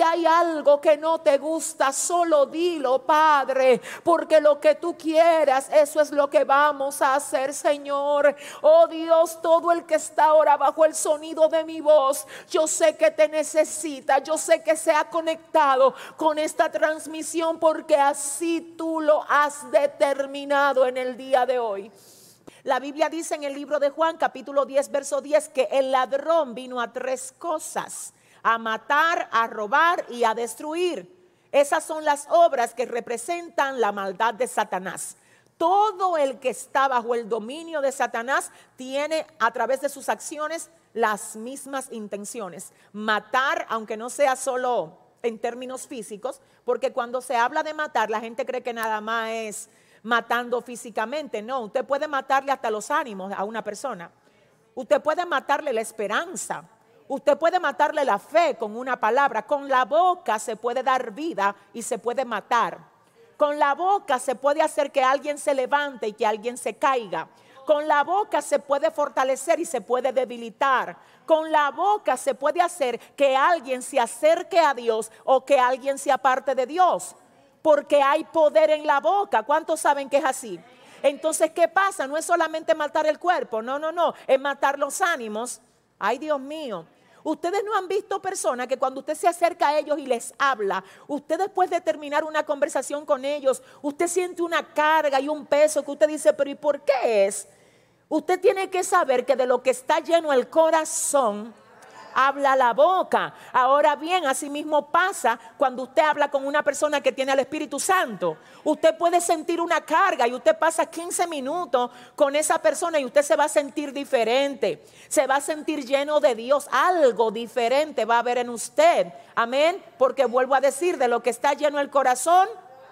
hay algo que no te gusta, solo dilo, Padre, porque lo que tú quieras, eso es lo que vamos a hacer, Señor. Oh Dios, todo el que está ahora bajo el sonido de mi voz, yo sé que te necesita, yo sé que se ha conectado con esta transmisión porque así tú lo has determinado en el día de hoy. La Biblia dice en el libro de Juan, capítulo 10, verso 10, que el ladrón vino a 3 cosas: a matar, a robar y a destruir. Esas son las obras que representan la maldad de Satanás. Todo el que está bajo el dominio de Satanás tiene a través de sus acciones las mismas intenciones. Matar, aunque no sea solo en términos físicos, porque cuando se habla de matar, la gente cree que nada más es matando físicamente. No, usted puede matarle hasta los ánimos a una persona. Usted puede matarle la esperanza. Usted puede matarle la fe con una palabra. Con la boca se puede dar vida y se puede matar. Con la boca se puede hacer que alguien se levante y que alguien se caiga. Con la boca se puede fortalecer y se puede debilitar. Con la boca se puede hacer que alguien se acerque a Dios o que alguien se aparte de Dios. Porque hay poder en la boca. ¿Cuántos saben que es así? Entonces, ¿qué pasa? No es solamente matar el cuerpo. No. Es matar los ánimos. Ay, Dios mío. Ustedes no han visto personas que cuando usted se acerca a ellos y les habla, usted después de terminar una conversación con ellos, usted siente una carga y un peso que usted dice, pero ¿y por qué es? Usted tiene que saber que de lo que está lleno el corazón, habla la boca. Ahora bien, así mismo pasa cuando usted habla con una persona que tiene al Espíritu Santo. Usted puede sentir una carga y usted pasa 15 minutos con esa persona y usted se va a sentir diferente. Se va a sentir lleno de Dios. Algo diferente va a haber en usted. Amén. Porque vuelvo a decir, de lo que está lleno el corazón,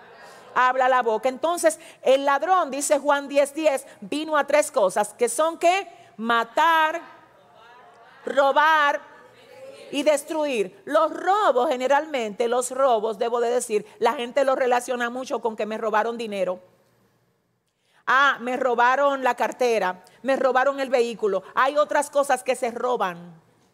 habla la boca. Entonces, el ladrón, dice Juan 10:10, vino a 3 cosas, que son ¿qué? Matar, robar y destruir. Los robos, generalmente los robos, debo de decir, la gente los relaciona mucho con que me robaron dinero. Ah, me robaron la cartera, me robaron el vehículo. Hay otras cosas que se roban.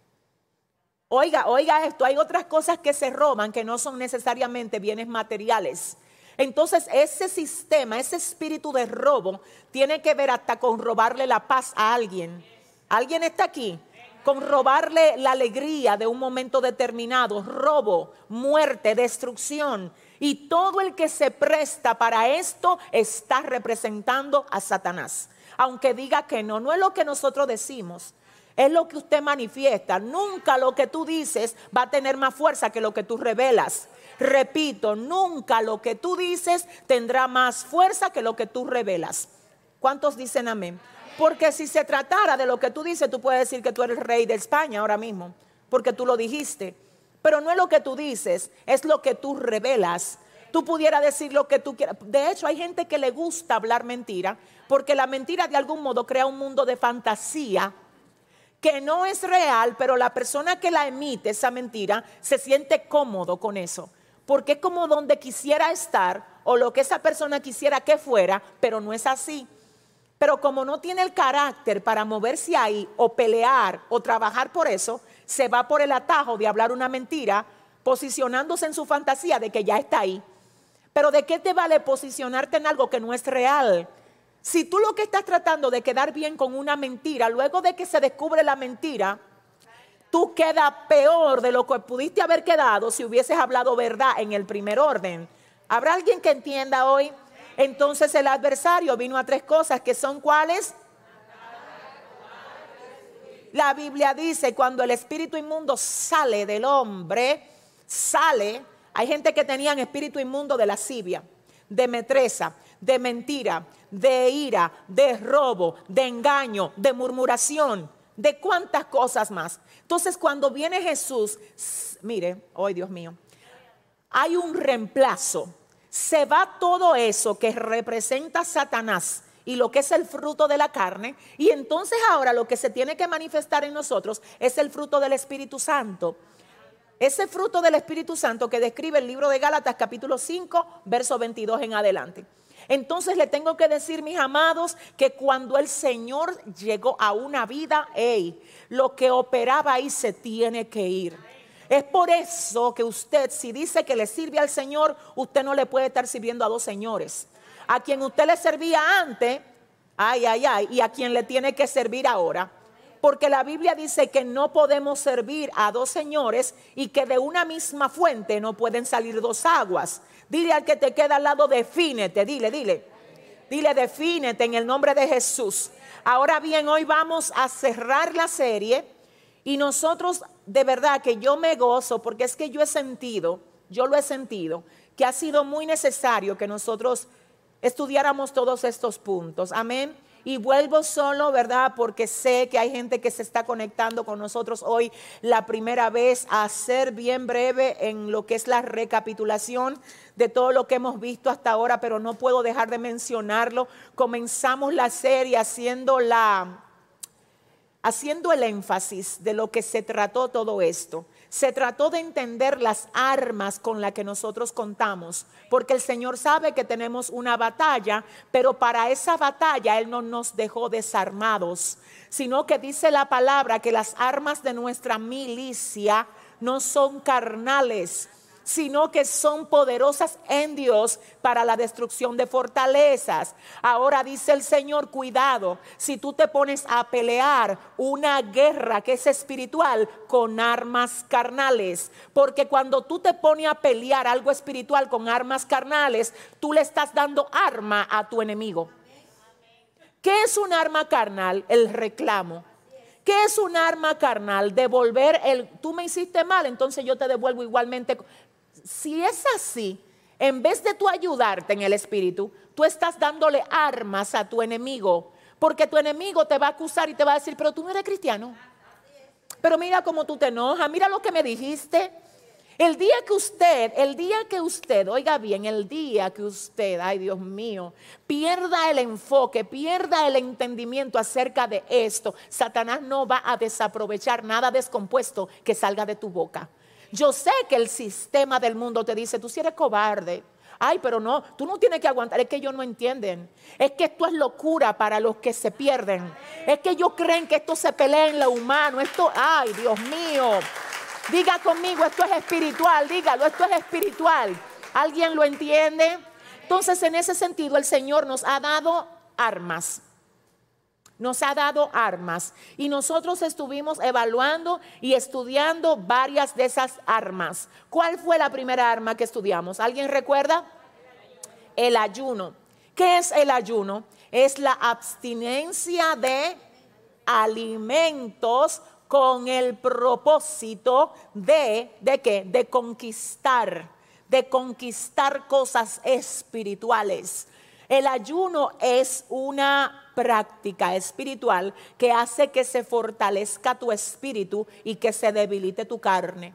Oiga esto, hay otras cosas que se roban que no son necesariamente bienes materiales. Entonces ese sistema, ese espíritu de robo tiene que ver hasta con robarle la paz a alguien. ¿Alguien está aquí? Con robarle la alegría de un momento determinado. Robo, muerte, destrucción. Y todo el que se presta para esto está representando a Satanás. Aunque diga que no, no es lo que nosotros decimos. Es lo que usted manifiesta. Nunca lo que tú dices va a tener más fuerza que lo que tú revelas. Repito, nunca lo que tú dices tendrá más fuerza que lo que tú revelas. ¿Cuántos dicen amén? Porque si se tratara de lo que tú dices, tú puedes decir que tú eres rey de España ahora mismo, porque tú lo dijiste. Pero no es lo que tú dices, es lo que tú revelas. Tú pudieras decir lo que tú quieras. De hecho, hay gente que le gusta hablar mentira, porque la mentira de algún modo crea un mundo de fantasía que no es real, pero la persona que la emite, esa mentira, se siente cómodo con eso. Porque es como donde quisiera estar o lo que esa persona quisiera que fuera, pero no es así. Pero como no tiene el carácter para moverse ahí o pelear o trabajar por eso, se va por el atajo de hablar una mentira, posicionándose en su fantasía de que ya está ahí. Pero ¿de qué te vale posicionarte en algo que no es real? Si tú lo que estás tratando de quedar bien con una mentira, luego de que se descubre la mentira, tú quedas peor de lo que pudiste haber quedado si hubieses hablado verdad en el primer orden. ¿Habrá alguien que entienda hoy? Entonces el adversario vino a 3 cosas, que son ¿cuáles? La Biblia dice, cuando el espíritu inmundo sale del hombre, sale. Hay gente que tenían espíritu inmundo de lascivia, de metresa, de mentira, de ira, de robo, de engaño, de murmuración, de cuántas cosas más. Entonces cuando viene Jesús, mire, ay Dios mío, hay un reemplazo. Se va todo eso que representa a Satanás y lo que es el fruto de la carne, y entonces ahora lo que se tiene que manifestar en nosotros es el fruto del Espíritu Santo. Ese fruto del Espíritu Santo que describe el libro de Gálatas capítulo 5, verso 22 en adelante. Entonces le tengo que decir, mis amados, que cuando el Señor llegó a una vida, lo que operaba ahí se tiene que ir. Es por eso que usted, si dice que le sirve al Señor, usted no le puede estar sirviendo a dos señores. A quien usted le servía antes, y a quien le tiene que servir ahora. Porque la Biblia dice que no podemos servir a dos señores y que de una misma fuente no pueden salir dos aguas. Dile al que te queda al lado, defínete, dile, defínete en el nombre de Jesús. Ahora bien, hoy vamos a cerrar la serie y nosotros, de verdad que yo me gozo, porque es que yo lo he sentido, que ha sido muy necesario que nosotros estudiáramos todos estos puntos. Amén. Y vuelvo solo, ¿verdad? Porque sé que hay gente que se está conectando con nosotros hoy la primera vez, a ser bien breve en lo que es la recapitulación de todo lo que hemos visto hasta ahora, pero no puedo dejar de mencionarlo. Comenzamos la serie haciendo el énfasis de lo que se trató todo esto. Se trató de entender las armas con las que nosotros contamos, porque el Señor sabe que tenemos una batalla, pero para esa batalla Él no nos dejó desarmados, sino que dice la palabra que las armas de nuestra milicia no son carnales, sino que son poderosas en Dios para la destrucción de fortalezas. Ahora dice el Señor, cuidado, si tú te pones a pelear una guerra que es espiritual con armas carnales, porque cuando tú te pones a pelear algo espiritual con armas carnales, tú le estás dando arma a tu enemigo. ¿Qué es un arma carnal? El reclamo. ¿Qué es un arma carnal? Devolver tú me hiciste mal, entonces yo te devuelvo igualmente. Si es así, en vez de tú ayudarte en el espíritu, tú estás dándole armas a tu enemigo, porque tu enemigo te va a acusar y te va a decir, pero tú no eres cristiano, pero mira cómo tú te enojas, mira lo que me dijiste. El día que usted, oiga bien, el día que usted, ay Dios mío, pierda el enfoque, pierda el entendimiento acerca de esto, Satanás no va a desaprovechar nada descompuesto que salga de tu boca. Yo sé que el sistema del mundo te dice, tú sí eres cobarde. Ay, pero no, tú no tienes que aguantar. Es que ellos no entienden. Es que esto es locura para los que se pierden. Es que ellos creen que esto se pelea en lo humano. Ay, Dios mío. Diga conmigo, esto es espiritual. Dígalo, esto es espiritual. ¿Alguien lo entiende? Entonces, en ese sentido, el Señor nos ha dado armas. Nos ha dado armas y nosotros estuvimos evaluando y estudiando varias de esas armas. ¿Cuál fue la primera arma que estudiamos? ¿Alguien recuerda? El ayuno. ¿Qué es el ayuno? Es la abstinencia de alimentos con el propósito ¿de qué? De conquistar cosas espirituales. El ayuno es una práctica espiritual que hace que se fortalezca tu espíritu y que se debilite tu carne.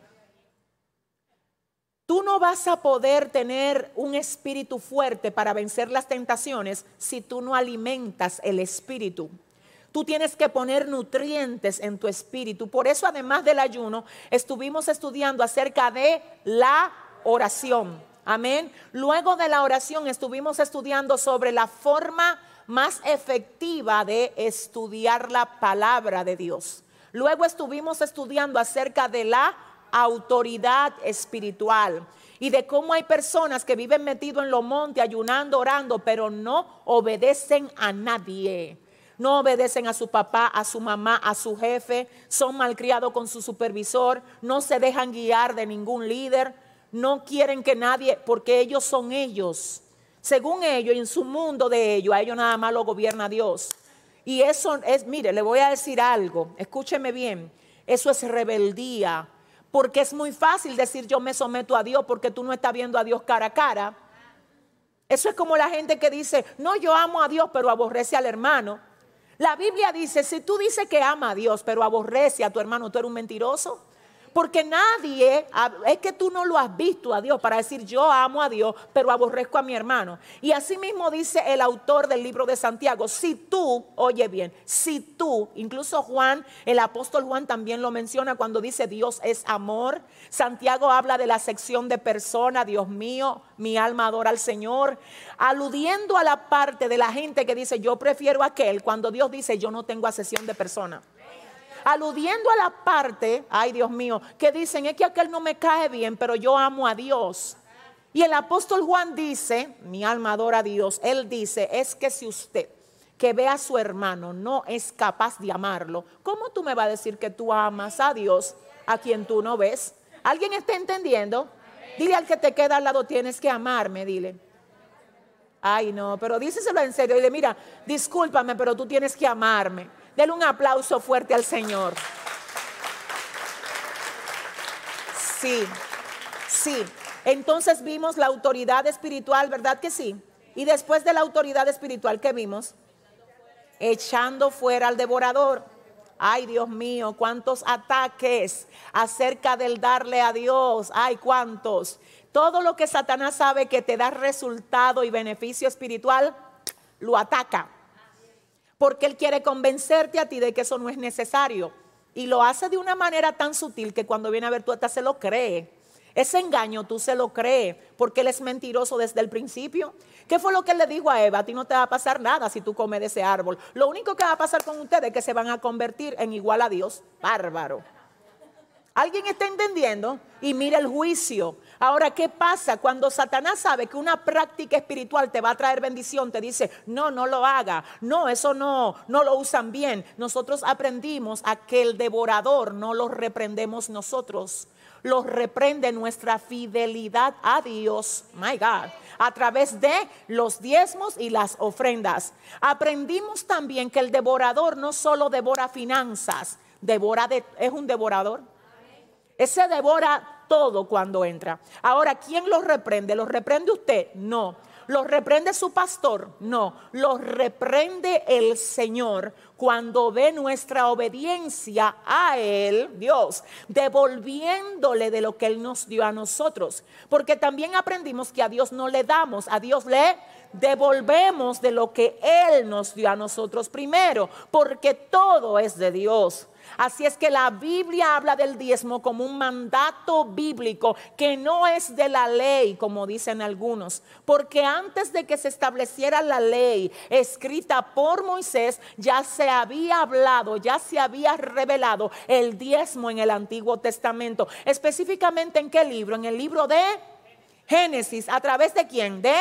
Tú no vas a poder tener un espíritu fuerte para vencer las tentaciones si tú no alimentas el espíritu. Tú tienes que poner nutrientes en tu espíritu. Por eso, además del ayuno, estuvimos estudiando acerca de la oración. Amén. Luego de la oración estuvimos estudiando sobre la forma más efectiva de estudiar la palabra de Dios. Luego estuvimos estudiando acerca de la autoridad espiritual y de cómo hay personas que viven metidos en los montes, ayunando, orando, pero no obedecen a nadie. No obedecen a su papá, a su mamá, a su jefe, son malcriados con su supervisor, no se dejan guiar de ningún líder. No quieren que nadie, porque ellos son ellos. Según ellos, en su mundo de ellos, a ellos nada más lo gobierna Dios. Y eso es, mire, le voy a decir algo, escúcheme bien, eso es rebeldía. Porque es muy fácil decir yo me someto a Dios porque tú no estás viendo a Dios cara a cara. Eso es como la gente que dice, no, yo amo a Dios pero aborrece al hermano. La Biblia dice, si tú dices que ama a Dios pero aborrece a tu hermano, tú eres un mentiroso. Porque nadie, es que tú no lo has visto a Dios para decir yo amo a Dios, pero aborrezco a mi hermano. Y así mismo dice el autor del libro de Santiago, si tú, oye bien, si tú, incluso Juan, el apóstol Juan también lo menciona cuando dice Dios es amor. Santiago habla de la sección de persona, Dios mío, mi alma adora al Señor, aludiendo a la parte de la gente que dice yo prefiero a aquel, cuando Dios dice yo no tengo acepción de persona. aludiendo a la parte, ay Dios mío, que dicen es que aquel no me cae bien, pero yo amo a Dios. Y el apóstol Juan dice, mi alma adora a Dios, él dice, es que si usted que ve a su hermano no es capaz de amarlo, ¿cómo tú me vas a decir que tú amas a Dios a quien tú no ves? ¿Alguien está entendiendo? Dile al que te queda al lado, tienes que amarme, dile. Ay no, pero díselo en serio, dile, mira, discúlpame, pero tú tienes que amarme. Dele un aplauso fuerte al Señor. Sí, sí. Entonces vimos la autoridad espiritual, ¿verdad que sí? Y después de la autoridad espiritual, ¿qué vimos? Echando fuera al devorador. Ay, Dios mío, cuántos ataques acerca del darle a Dios. Ay, cuántos. Todo lo que Satanás sabe que te da resultado y beneficio espiritual, lo ataca. Porque él quiere convencerte a ti de que eso no es necesario. Y lo hace de una manera tan sutil que cuando viene a ver tú hasta se lo cree. Ese engaño tú se lo crees porque él es mentiroso desde el principio. ¿Qué fue lo que él le dijo a Eva? A ti no te va a pasar nada si tú comes de ese árbol. Lo único que va a pasar con ustedes es que se van a convertir en igual a Dios. Bárbaro. ¿Alguien está entendiendo? Y mira el juicio. Ahora, ¿qué pasa? Cuando Satanás sabe que una práctica espiritual te va a traer bendición, te dice, no, no lo haga. No, eso no lo usan bien. Nosotros aprendimos a que el devorador no lo reprendemos nosotros. Los reprende nuestra fidelidad a Dios, my God, a través de los diezmos y las ofrendas. Aprendimos también que el devorador no solo devora finanzas, es un devorador. Ese devora todo cuando entra. Ahora, ¿quién los reprende? ¿Los reprende usted? No. ¿Los reprende su pastor? No. Los reprende el Señor cuando ve nuestra obediencia a Él, Dios, devolviéndole de lo que Él nos dio a nosotros. Porque también aprendimos que a Dios no le damos, a Dios le devolvemos de lo que Él nos dio a nosotros primero, porque todo es de Dios. Así es que la Biblia habla del diezmo como un mandato bíblico que no es de la ley, como dicen algunos, porque antes de que se estableciera la ley escrita por Moisés, ya se había hablado, ya se había revelado el diezmo en el Antiguo Testamento. Específicamente, ¿en qué libro? En el libro de Génesis. ¿A través de quién? De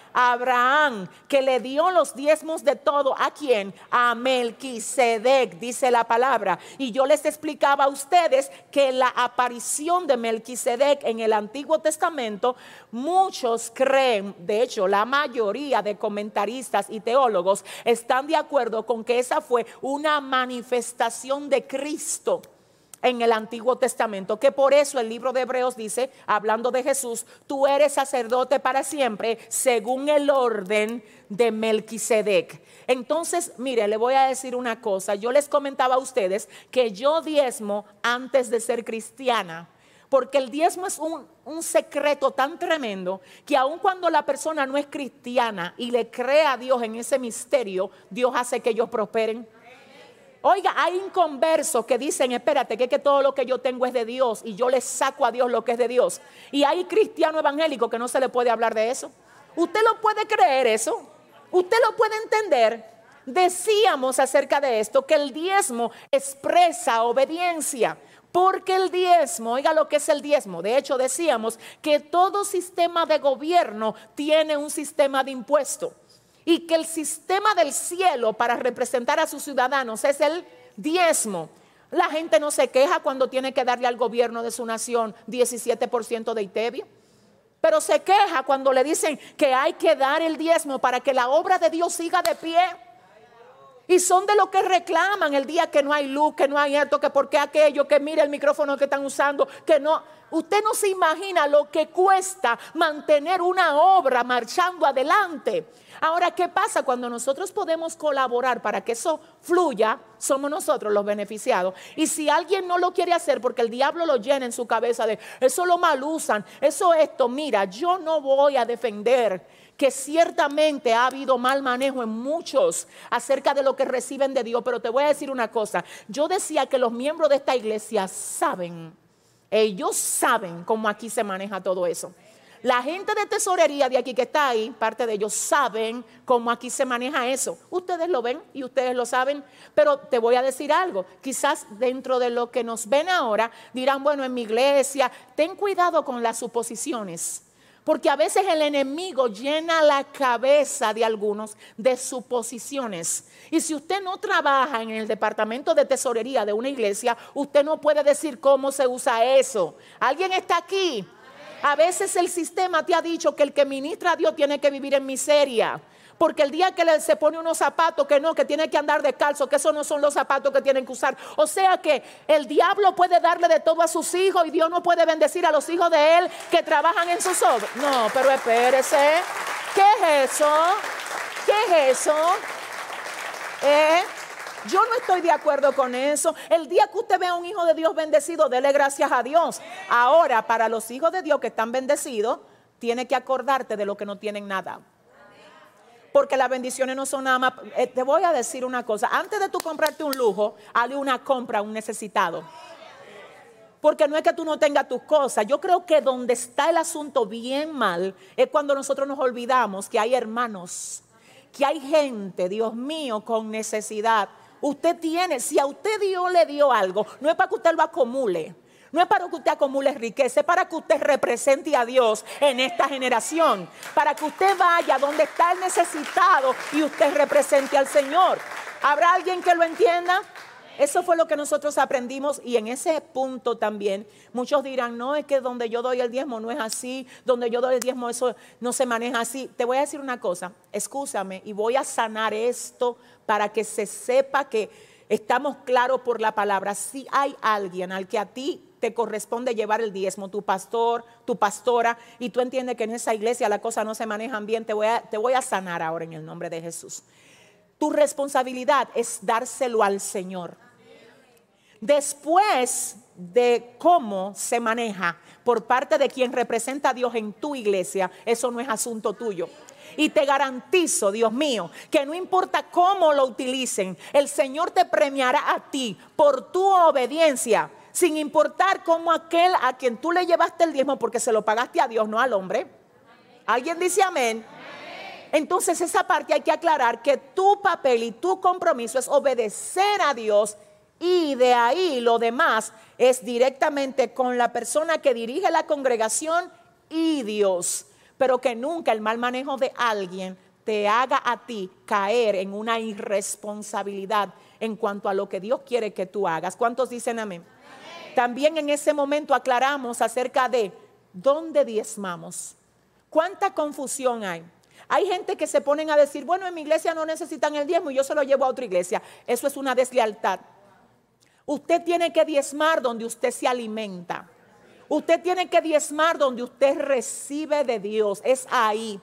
Abraham, que le dio los diezmos de todo. ¿A quién? A Melquisedec, dice la palabra. Y yo les explicaba a ustedes que la aparición de Melquisedec en el Antiguo Testamento, muchos creen, de hecho la mayoría de comentaristas y teólogos están de acuerdo con que esa fue una manifestación de Cristo en el Antiguo Testamento, que por eso el libro de Hebreos dice, hablando de Jesús, tú eres sacerdote para siempre según el orden de Melquisedec. Entonces, mire, le voy a decir una cosa. Yo les comentaba a ustedes que yo diezmo antes de ser cristiana, porque el diezmo es un secreto tan tremendo que aun cuando la persona no es cristiana y le cree a Dios en ese misterio, Dios hace que ellos prosperen. Oiga, hay inconversos que dicen, espérate, que todo lo que yo tengo es de Dios y yo le saco a Dios lo que es de Dios. Y hay cristianos evangélicos que no se le puede hablar de eso. ¿Usted lo puede creer eso? ¿Usted lo puede entender? Decíamos acerca de esto que el diezmo expresa obediencia. Porque el diezmo, oiga lo que es el diezmo. De hecho, decíamos que todo sistema de gobierno tiene un sistema de impuesto. Y que el sistema del cielo para representar a sus ciudadanos es el diezmo. La gente no se queja cuando tiene que darle al gobierno de su nación 17% de ITEVIO. Pero se queja cuando le dicen que hay que dar el diezmo para que la obra de Dios siga de pie. Y son de los que reclaman el día que no hay luz, que no hay esto, que por qué aquello, que mire el micrófono que están usando, que no. Usted no se imagina lo que cuesta mantener una obra marchando adelante. Ahora, ¿qué pasa? Cuando nosotros podemos colaborar para que eso fluya, somos nosotros los beneficiados. Y si alguien no lo quiere hacer porque el diablo lo llena en su cabeza de eso lo mal usan, eso esto, mira, yo no voy a defender que ciertamente ha habido mal manejo en muchos acerca de lo que reciben de Dios, pero te voy a decir una cosa. Yo decía que los miembros de esta iglesia saben, ellos saben cómo aquí se maneja todo eso. La gente de tesorería de aquí que está ahí, parte de ellos saben cómo aquí se maneja eso. Ustedes lo ven y ustedes lo saben, pero te voy a decir algo. Quizás dentro de lo que nos ven ahora dirán, bueno, en mi iglesia, ten cuidado con las suposiciones. Porque a veces el enemigo llena la cabeza de algunos de suposiciones. Y si usted no trabaja en el departamento de tesorería de una iglesia, usted no puede decir cómo se usa eso. ¿Alguien está aquí? A veces el sistema te ha dicho que el que ministra a Dios tiene que vivir en miseria. Porque el día que se pone unos zapatos que no, que tiene que andar descalzo, que esos no son los zapatos que tienen que usar. O sea que el diablo puede darle de todo a sus hijos y Dios no puede bendecir a los hijos de él que trabajan en sus obras. No, pero espérese. ¿Qué es eso? ¿Qué es eso? Yo no estoy de acuerdo con eso. El día que usted vea a un hijo de Dios bendecido, dele gracias a Dios. Ahora, para los hijos de Dios que están bendecidos, tiene que acordarte de lo que no tienen nada. Porque las bendiciones no son nada más. Te voy a decir una cosa. Antes de tú comprarte un lujo, hazle una compra a un necesitado. Porque no es que tú no tengas tus cosas. Yo creo que donde está el asunto bien mal es cuando nosotros nos olvidamos que hay hermanos, que hay gente, Dios mío, con necesidad. Usted tiene, si a usted Dios le dio algo, no es para que usted lo acumule. No es para que usted acumule riqueza, es para que usted represente a Dios en esta generación. Para que usted vaya donde está el necesitado y usted represente al Señor. ¿Habrá alguien que lo entienda? Eso fue lo que nosotros aprendimos y en ese punto también muchos dirán, no, es que donde yo doy el diezmo no es así, donde yo doy el diezmo eso no se maneja así. Te voy a decir una cosa, excúsame y voy a sanar esto para que se sepa que estamos claros por la palabra. Si hay alguien al que a ti te corresponde llevar el diezmo, tu pastor, tu pastora, y tú entiendes que en esa iglesia las cosas no se manejan bien, te voy a sanar ahora en el nombre de Jesús. Tu responsabilidad es dárselo al Señor. Después de cómo se maneja por parte de quien representa a Dios en tu iglesia, eso no es asunto tuyo. Y te garantizo, Dios mío, que no importa cómo lo utilicen, el Señor te premiará a ti por tu obediencia, sin importar cómo aquel a quien tú le llevaste el diezmo, porque se lo pagaste a Dios, no al hombre. ¿Alguien dice amén? Entonces esa parte hay que aclarar que tu papel y tu compromiso es obedecer a Dios y de ahí lo demás es directamente con la persona que dirige la congregación y Dios. Pero que nunca el mal manejo de alguien te haga a ti caer en una irresponsabilidad en cuanto a lo que Dios quiere que tú hagas. ¿Cuántos dicen amén? También en ese momento aclaramos acerca de dónde diezmamos. ¿Cuánta confusión hay? Hay gente que se ponen a decir, bueno, en mi iglesia no necesitan el diezmo y yo se lo llevo a otra iglesia. Eso es una deslealtad. Usted tiene que diezmar donde usted se alimenta. Usted tiene que diezmar donde usted recibe de Dios. Es ahí,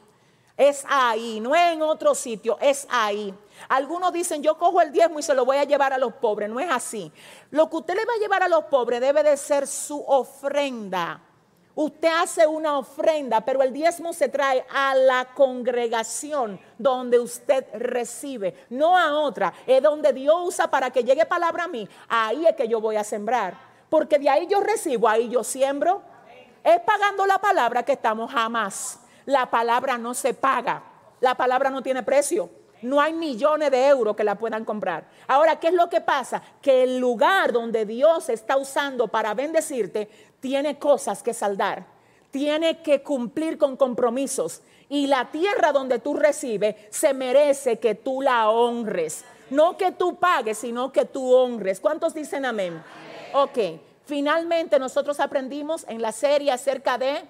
no es en otro sitio, es ahí. Algunos dicen, yo cojo el diezmo y se lo voy a llevar a los pobres. No es así. Lo que usted le va a llevar a los pobres debe de ser su ofrenda. Usted hace una ofrenda, pero el diezmo se trae a la congregación donde usted recibe, no a otra. Es donde Dios usa para que llegue palabra a mí. Ahí es que yo voy a sembrar, porque de ahí yo recibo, ahí yo siembro. Es pagando la palabra que estamos jamás. La palabra no se paga, la palabra no tiene precio. No hay millones de euros que la puedan comprar. Ahora, ¿qué es lo que pasa? Que el lugar donde Dios está usando para bendecirte tiene cosas que saldar, tiene que cumplir con compromisos. Y la tierra donde tú recibes se merece que tú la honres. No que tú pagues, sino que tú honres. ¿Cuántos dicen amén? Ok, finalmente nosotros aprendimos en la serie acerca de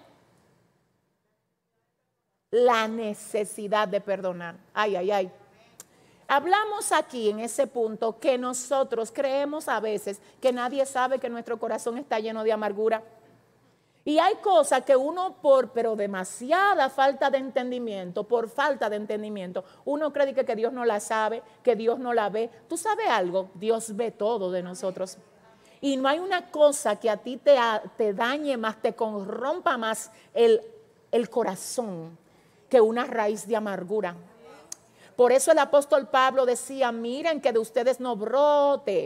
la necesidad de perdonar. Ay, ay, ay. Hablamos aquí en ese punto que nosotros creemos a veces que nadie sabe que nuestro corazón está lleno de amargura. Y hay cosas que uno pero demasiada falta de entendimiento, por falta de entendimiento, uno cree que Dios no la sabe, que Dios no la ve. ¿Tú sabes algo? Dios ve todo de nosotros. Y no hay una cosa que a ti te dañe más, te corrompa más el corazón que una raíz de amargura. Por eso el apóstol Pablo decía, miren que de ustedes no brote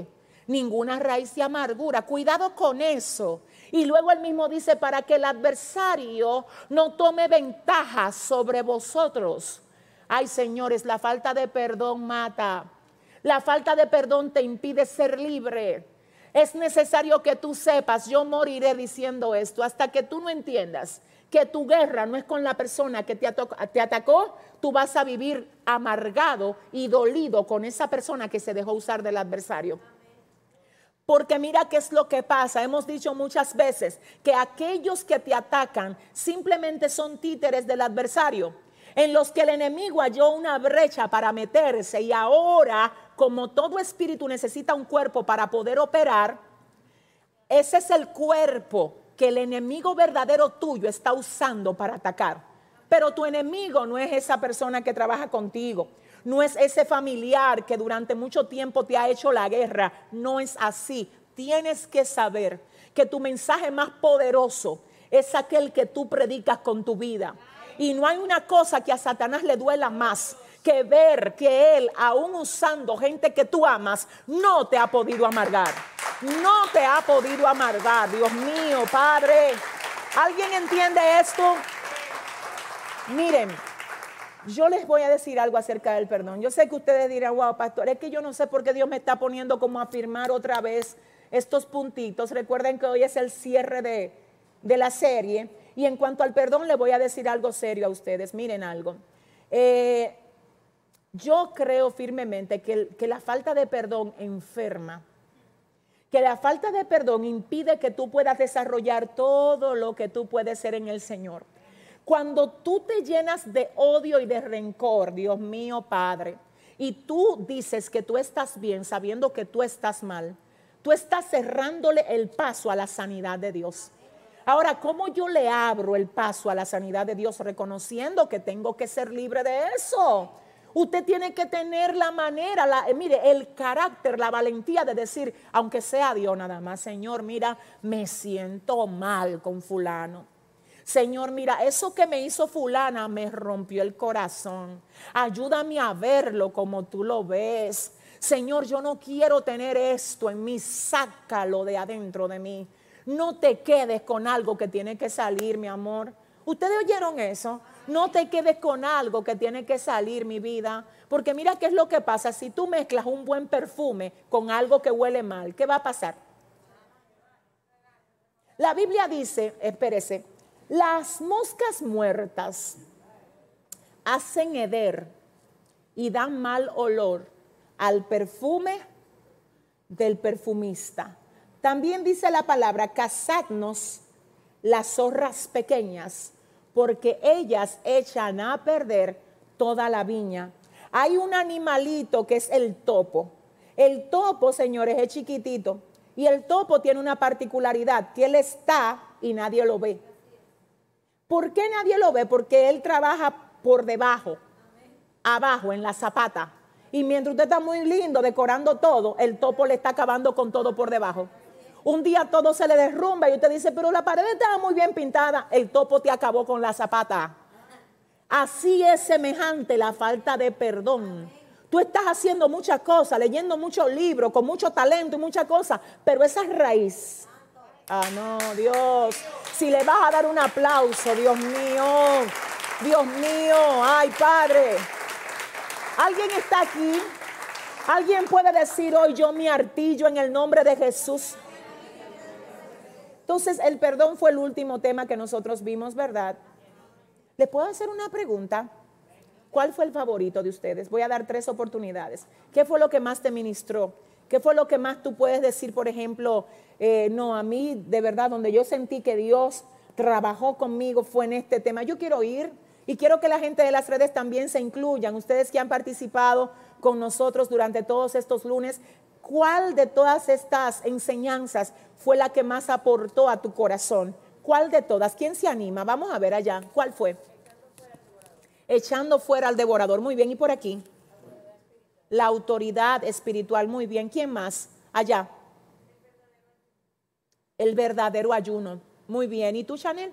ninguna raíz de amargura. Cuidado con eso. Y luego él mismo dice, para que el adversario no tome ventaja sobre vosotros. Ay, señores, la falta de perdón mata. La falta de perdón te impide ser libre. Es necesario que tú sepas, yo moriré diciendo esto, hasta que tú no entiendas que tu guerra no es con la persona que te atacó, tú vas a vivir amargado y dolido con esa persona que se dejó usar del adversario. Porque mira qué es lo que pasa. Hemos dicho muchas veces que aquellos que te atacan simplemente son títeres del adversario, en los que el enemigo halló una brecha para meterse, y ahora, como todo espíritu necesita un cuerpo para poder operar, ese es el cuerpo que el enemigo verdadero tuyo está usando para atacar. Pero tu enemigo no es esa persona que trabaja contigo, no es ese familiar que durante mucho tiempo te ha hecho la guerra. No es así. Tienes que saber que tu mensaje más poderoso es aquel que tú predicas con tu vida. Y no hay una cosa que a Satanás le duela más que ver que él, aún usando gente que tú amas, no te ha podido amargar. No te ha podido amargar. Dios mío, Padre. ¿Alguien entiende esto? Miren, yo les voy a decir algo acerca del perdón. Yo sé que ustedes dirán, wow, pastor, es que yo no sé por qué Dios me está poniendo como a afirmar otra vez estos puntitos. Recuerden que hoy es el cierre de la serie. Y en cuanto al perdón, les voy a decir algo serio a ustedes. Miren algo. Yo creo firmemente que la falta de perdón enferma. Que la falta de perdón impide que tú puedas desarrollar todo lo que tú puedes ser en el Señor. Cuando tú te llenas de odio y de rencor, Dios mío, Padre, y tú dices que tú estás bien sabiendo que tú estás mal, tú estás cerrándole el paso a la sanidad de Dios. Ahora, ¿cómo yo le abro el paso a la sanidad de Dios reconociendo que tengo que ser libre de eso? Usted tiene que tener la manera, mire, el carácter, la valentía de decir, aunque sea Dios nada más, Señor, mira, me siento mal con fulano. Señor, mira, eso que me hizo fulana me rompió el corazón. Ayúdame a verlo como tú lo ves. Señor, yo no quiero tener esto en mí, sácalo de adentro de mí. No te quedes con algo que tiene que salir, mi amor. ¿Ustedes oyeron eso? No te quedes con algo que tiene que salir, mi vida. Porque mira qué es lo que pasa. Si tú mezclas un buen perfume con algo que huele mal, ¿qué va a pasar? La Biblia dice, espérese, las moscas muertas hacen heder y dan mal olor al perfume del perfumista. También dice la palabra, cazadnos las zorras pequeñas, porque ellas echan a perder toda la viña. Hay un animalito que es el topo. El topo, señores, es chiquitito. Y el topo tiene una particularidad, que él está y nadie lo ve. ¿Por qué nadie lo ve? Porque él trabaja por debajo, abajo, en la zapata. Y mientras usted está muy lindo decorando todo, el topo le está acabando con todo por debajo. Un día todo se le derrumba y usted dice, pero la pared estaba muy bien pintada. El topo te acabó con la zapata. Así es semejante la falta de perdón. Tú estás haciendo muchas cosas, leyendo muchos libros, con mucho talento y muchas cosas, pero esa raíz, no, Dios, si le vas a dar un aplauso, Dios mío, ay, Padre. ¿Alguien está aquí? ¿Alguien puede decir hoy, yo me artillo en el nombre de Jesús? Entonces, el perdón fue el último tema que nosotros vimos, ¿verdad? ¿Le puedo hacer una pregunta? ¿Cuál fue el favorito de ustedes? Voy a dar 3 oportunidades. ¿Qué fue lo que más te ministró? ¿Qué fue lo que más tú puedes decir, por ejemplo, no, a mí de verdad, donde yo sentí que Dios trabajó conmigo fue en este tema? Yo quiero ir y quiero que la gente de las redes también se incluyan. Ustedes que han participado con nosotros durante todos estos lunes, ¿cuál de todas estas enseñanzas fue la que más aportó a tu corazón? ¿Cuál de todas? ¿Quién se anima? Vamos a ver allá. ¿Cuál fue? Echando fuera al devorador. Muy bien. ¿Y por aquí? La autoridad espiritual. Muy bien. ¿Quién más? Allá. El verdadero ayuno. Muy bien. ¿Y tú, Chanel?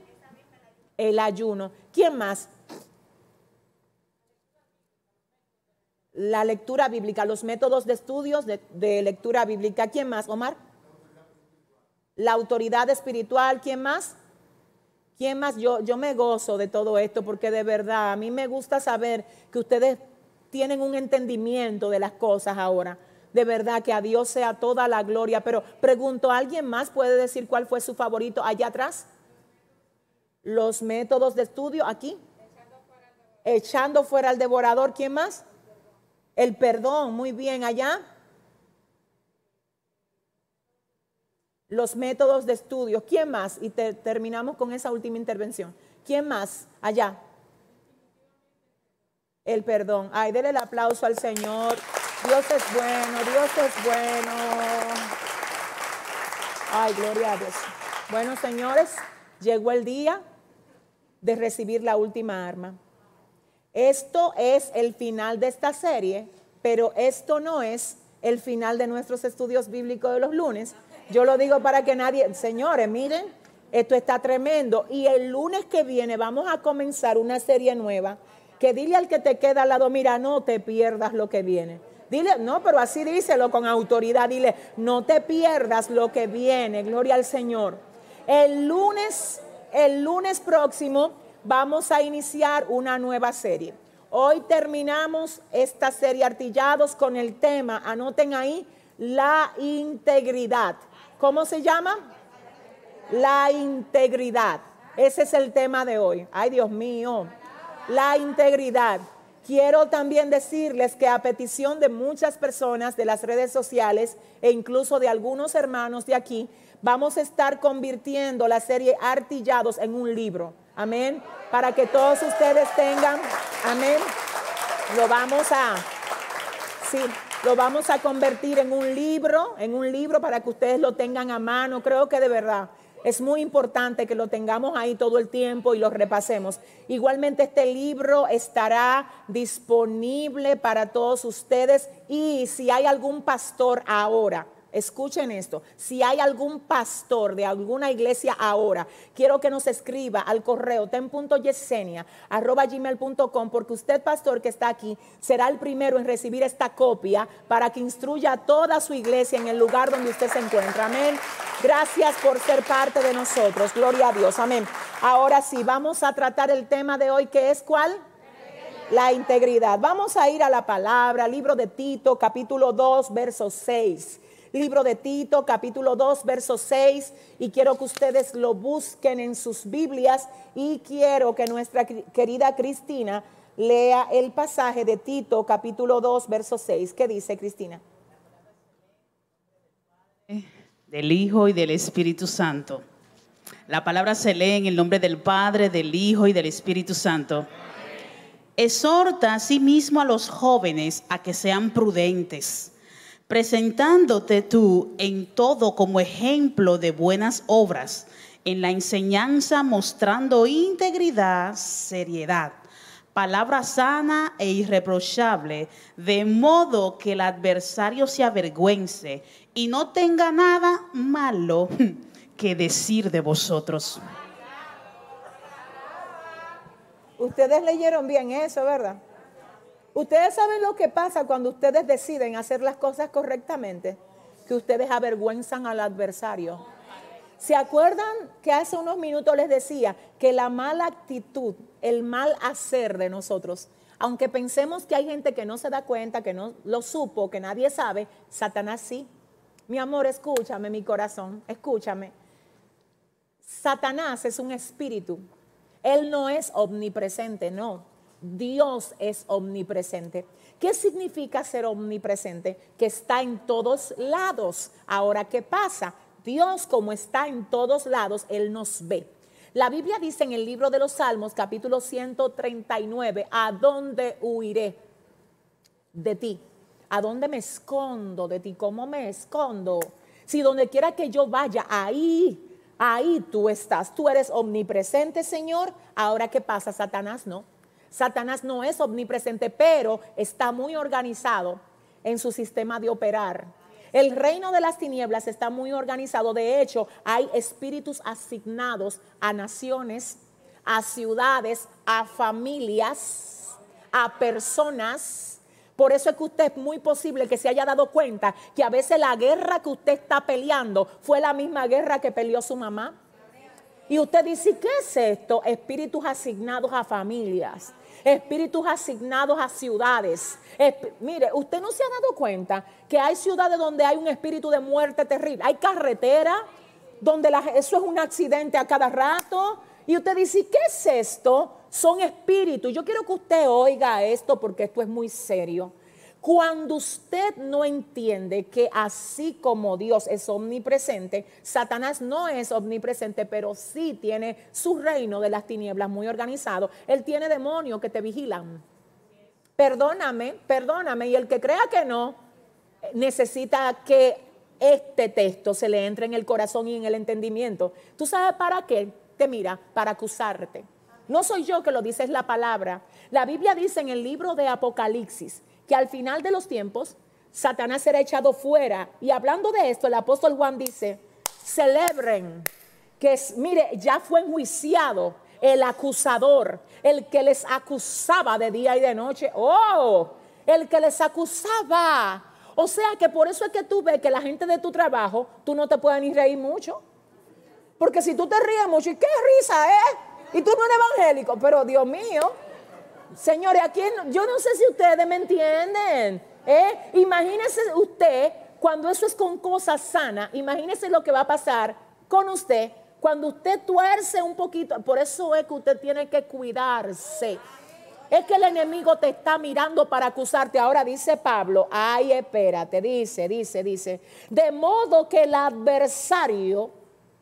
El ayuno. ¿Quién más? la lectura bíblica, los métodos de estudios de lectura bíblica. ¿Quién más, Omar? La autoridad espiritual. ¿Quién más? ¿Quién más? Yo me gozo de todo esto porque de verdad a mí me gusta saber que ustedes tienen un entendimiento de las cosas ahora. De verdad que a Dios sea toda la gloria. Pero pregunto, ¿alguien más puede decir cuál fue su favorito allá atrás? Los métodos de estudio aquí. Echando fuera al devorador. ¿Quién más? El perdón. Muy bien, allá. Los métodos de estudio. ¿Quién más? Y terminamos con esa última intervención. ¿Quién más? Allá. El perdón. Ay, denle el aplauso al Señor. Dios es bueno, Dios es bueno. Ay, gloria a Dios. Bueno, señores, llegó el día de recibir la última arma. Esto es el final de esta serie, pero esto no es el final de nuestros estudios bíblicos de los lunes. Yo lo digo para que nadie, señores, miren, esto está tremendo. Y el lunes que viene vamos a comenzar una serie nueva, que dile al que te queda al lado, mira, no te pierdas lo que viene. Dile, no, pero así díselo con autoridad, dile, no te pierdas lo que viene, gloria al Señor. El lunes próximo vamos a iniciar una nueva serie. Hoy terminamos esta serie Artillados con el tema, anoten ahí, la integridad. ¿Cómo se llama? La integridad. Ese es el tema de hoy. Ay, Dios mío, la integridad. Quiero también decirles que a petición de muchas personas de las redes sociales e incluso de algunos hermanos de aquí, vamos a estar convirtiendo la serie Artillados en un libro. Amén. Para que todos ustedes tengan, amén, lo vamos a convertir en un libro para que ustedes lo tengan a mano. Creo que de verdad es muy importante que lo tengamos ahí todo el tiempo y lo repasemos. Igualmente este libro estará disponible para todos ustedes y si hay algún pastor ahora, escuchen esto, si hay algún pastor de alguna iglesia ahora, quiero que nos escriba al correo ten.yesenia@gmail.com porque usted, pastor que está aquí, será el primero en recibir esta copia para que instruya a toda su iglesia en el lugar donde usted se encuentra. Amén. Gracias por ser parte de nosotros. Gloria a Dios. Amén. Ahora sí, vamos a tratar el tema de hoy, que es ¿cuál? La integridad. Vamos a ir a la palabra, libro de Tito, capítulo 2, verso 6. Libro de Tito, capítulo 2, verso 6, y quiero que ustedes lo busquen en sus Biblias y quiero que nuestra querida Cristina lea el pasaje de Tito, capítulo 2, verso 6. ¿Qué dice, Cristina? Del Hijo y del Espíritu Santo. La palabra se lee en el nombre del Padre, del Hijo y del Espíritu Santo. Exhorta a sí mismo a los jóvenes a que sean prudentes, presentándote tú en todo como ejemplo de buenas obras, en la enseñanza mostrando integridad, seriedad, palabra sana e irreprochable, de modo que el adversario se avergüence y no tenga nada malo que decir de vosotros. Ustedes leyeron bien eso, ¿verdad? Ustedes saben lo que pasa cuando ustedes deciden hacer las cosas correctamente, que ustedes avergüenzan al adversario. ¿Se acuerdan que hace unos minutos les decía que la mala actitud, el mal hacer de nosotros, aunque pensemos que hay gente que no se da cuenta, que no lo supo, que nadie sabe, Satanás sí? Mi amor, escúchame, mi corazón, escúchame. Satanás es un espíritu. Él no es omnipresente, no. Dios es omnipresente. ¿Qué significa ser omnipresente? Que está en todos lados. Ahora, ¿qué pasa? Dios, como está en todos lados, Él nos ve. La Biblia dice en el libro de los Salmos, capítulo 139, ¿a dónde huiré de ti? ¿A dónde me escondo de ti? ¿Cómo me escondo? Si donde quiera que yo vaya, ahí tú estás. Tú eres omnipresente, Señor. Ahora, ¿qué pasa? Satanás no. Satanás no es omnipresente, pero está muy organizado en su sistema de operar. El reino de las tinieblas está muy organizado. De hecho, hay espíritus asignados a naciones, a ciudades, a familias, a personas. Por eso es que usted es muy posible que se haya dado cuenta que a veces la guerra que usted está peleando fue la misma guerra que peleó su mamá. Y usted dice, ¿qué es esto? Espíritus asignados a familias, espíritus asignados a ciudades. Mire, usted no se ha dado cuenta que hay ciudades donde hay un espíritu de muerte terrible. Hay carreteras donde eso es un accidente a cada rato. Y usted dice, ¿qué es esto? Son espíritus. Yo quiero que usted oiga esto porque esto es muy serio. Cuando usted no entiende que así como Dios es omnipresente, Satanás no es omnipresente, pero sí tiene su reino de las tinieblas muy organizado. Él tiene demonios que te vigilan. Perdóname, y el que crea que no, necesita que este texto se le entre en el corazón y en el entendimiento. ¿Tú sabes para qué? Te mira, para acusarte. No soy yo que lo dice, es la palabra. La Biblia dice en el libro de Apocalipsis que al final de los tiempos Satanás será echado fuera. Y hablando de esto, el apóstol Juan dice, celebren que, mire, ya fue enjuiciado el acusador, el que les acusaba de día y de noche. ¡Oh! El que les acusaba. O sea que por eso es que tú ves que la gente de tu trabajo, tú no te puedes ni reír mucho. Porque si tú te ríes mucho, ¿y qué risa es? Y tú no eres evangélico, pero Dios mío. Señores, aquí yo no sé si ustedes me entienden. Imagínese usted, cuando eso es con cosas sanas, imagínese lo que va a pasar con usted cuando usted tuerce un poquito. Por eso es que usted tiene que cuidarse. Es que el enemigo te está mirando para acusarte. Ahora dice Pablo, ay, espérate, dice, de modo que el adversario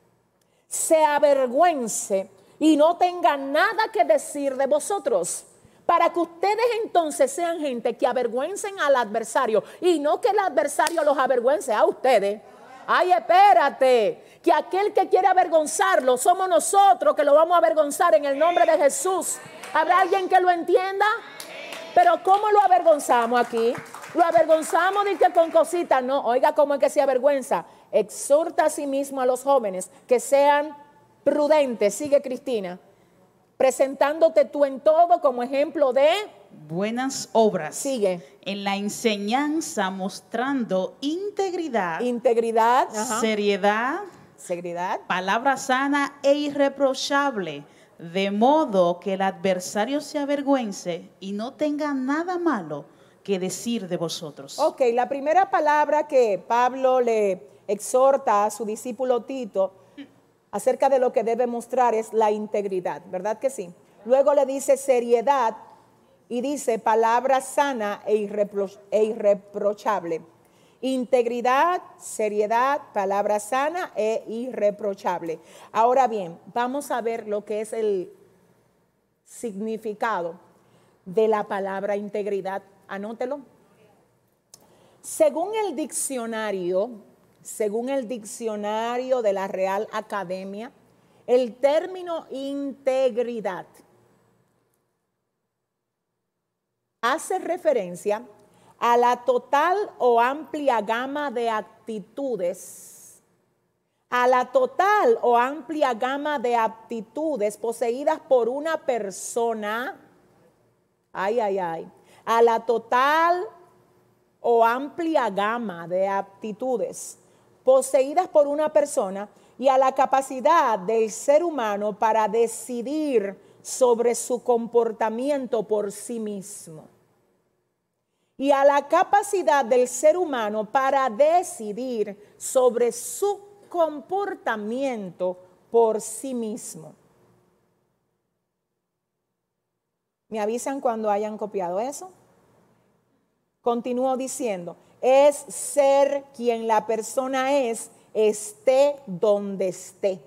se avergüence y no tenga nada que decir de vosotros, para que ustedes entonces sean gente que avergüencen al adversario y no que el adversario los avergüence a ustedes. Ay, espérate, que aquel que quiere avergonzarlo somos nosotros que lo vamos a avergonzar en el nombre de Jesús. ¿Habrá alguien que lo entienda? Pero ¿cómo lo avergonzamos aquí? Lo avergonzamos de que con cositas. No, oiga cómo es que se avergüenza. Exhorta a sí mismo a los jóvenes que sean prudentes. Sigue, Cristina. Presentándote tú en todo como ejemplo de buenas obras. Sigue. En la enseñanza mostrando integridad. Ajá. Seriedad. Palabra sana e irreprochable. De modo que el adversario se avergüence y no tenga nada malo que decir de vosotros. Ok, la primera palabra que Pablo le exhorta a su discípulo Tito acerca de lo que debe mostrar es la integridad, ¿verdad que sí? Luego le dice seriedad y dice palabra sana e irreprochable. Integridad, seriedad, palabra sana e irreprochable. Ahora bien, vamos a ver lo que es el significado de la palabra integridad. Anótelo. Según el diccionario de la Real Academia, el término integridad hace referencia a la total o amplia gama de actitudes, poseídas por una persona, a la total o amplia gama de aptitudes poseídas por una persona y a la capacidad del ser humano para decidir sobre su comportamiento por sí mismo. Y a la capacidad del ser humano para decidir sobre su comportamiento por sí mismo. ¿Me avisan cuando hayan copiado eso? Continúo diciendo, es ser quien la persona es, esté donde esté.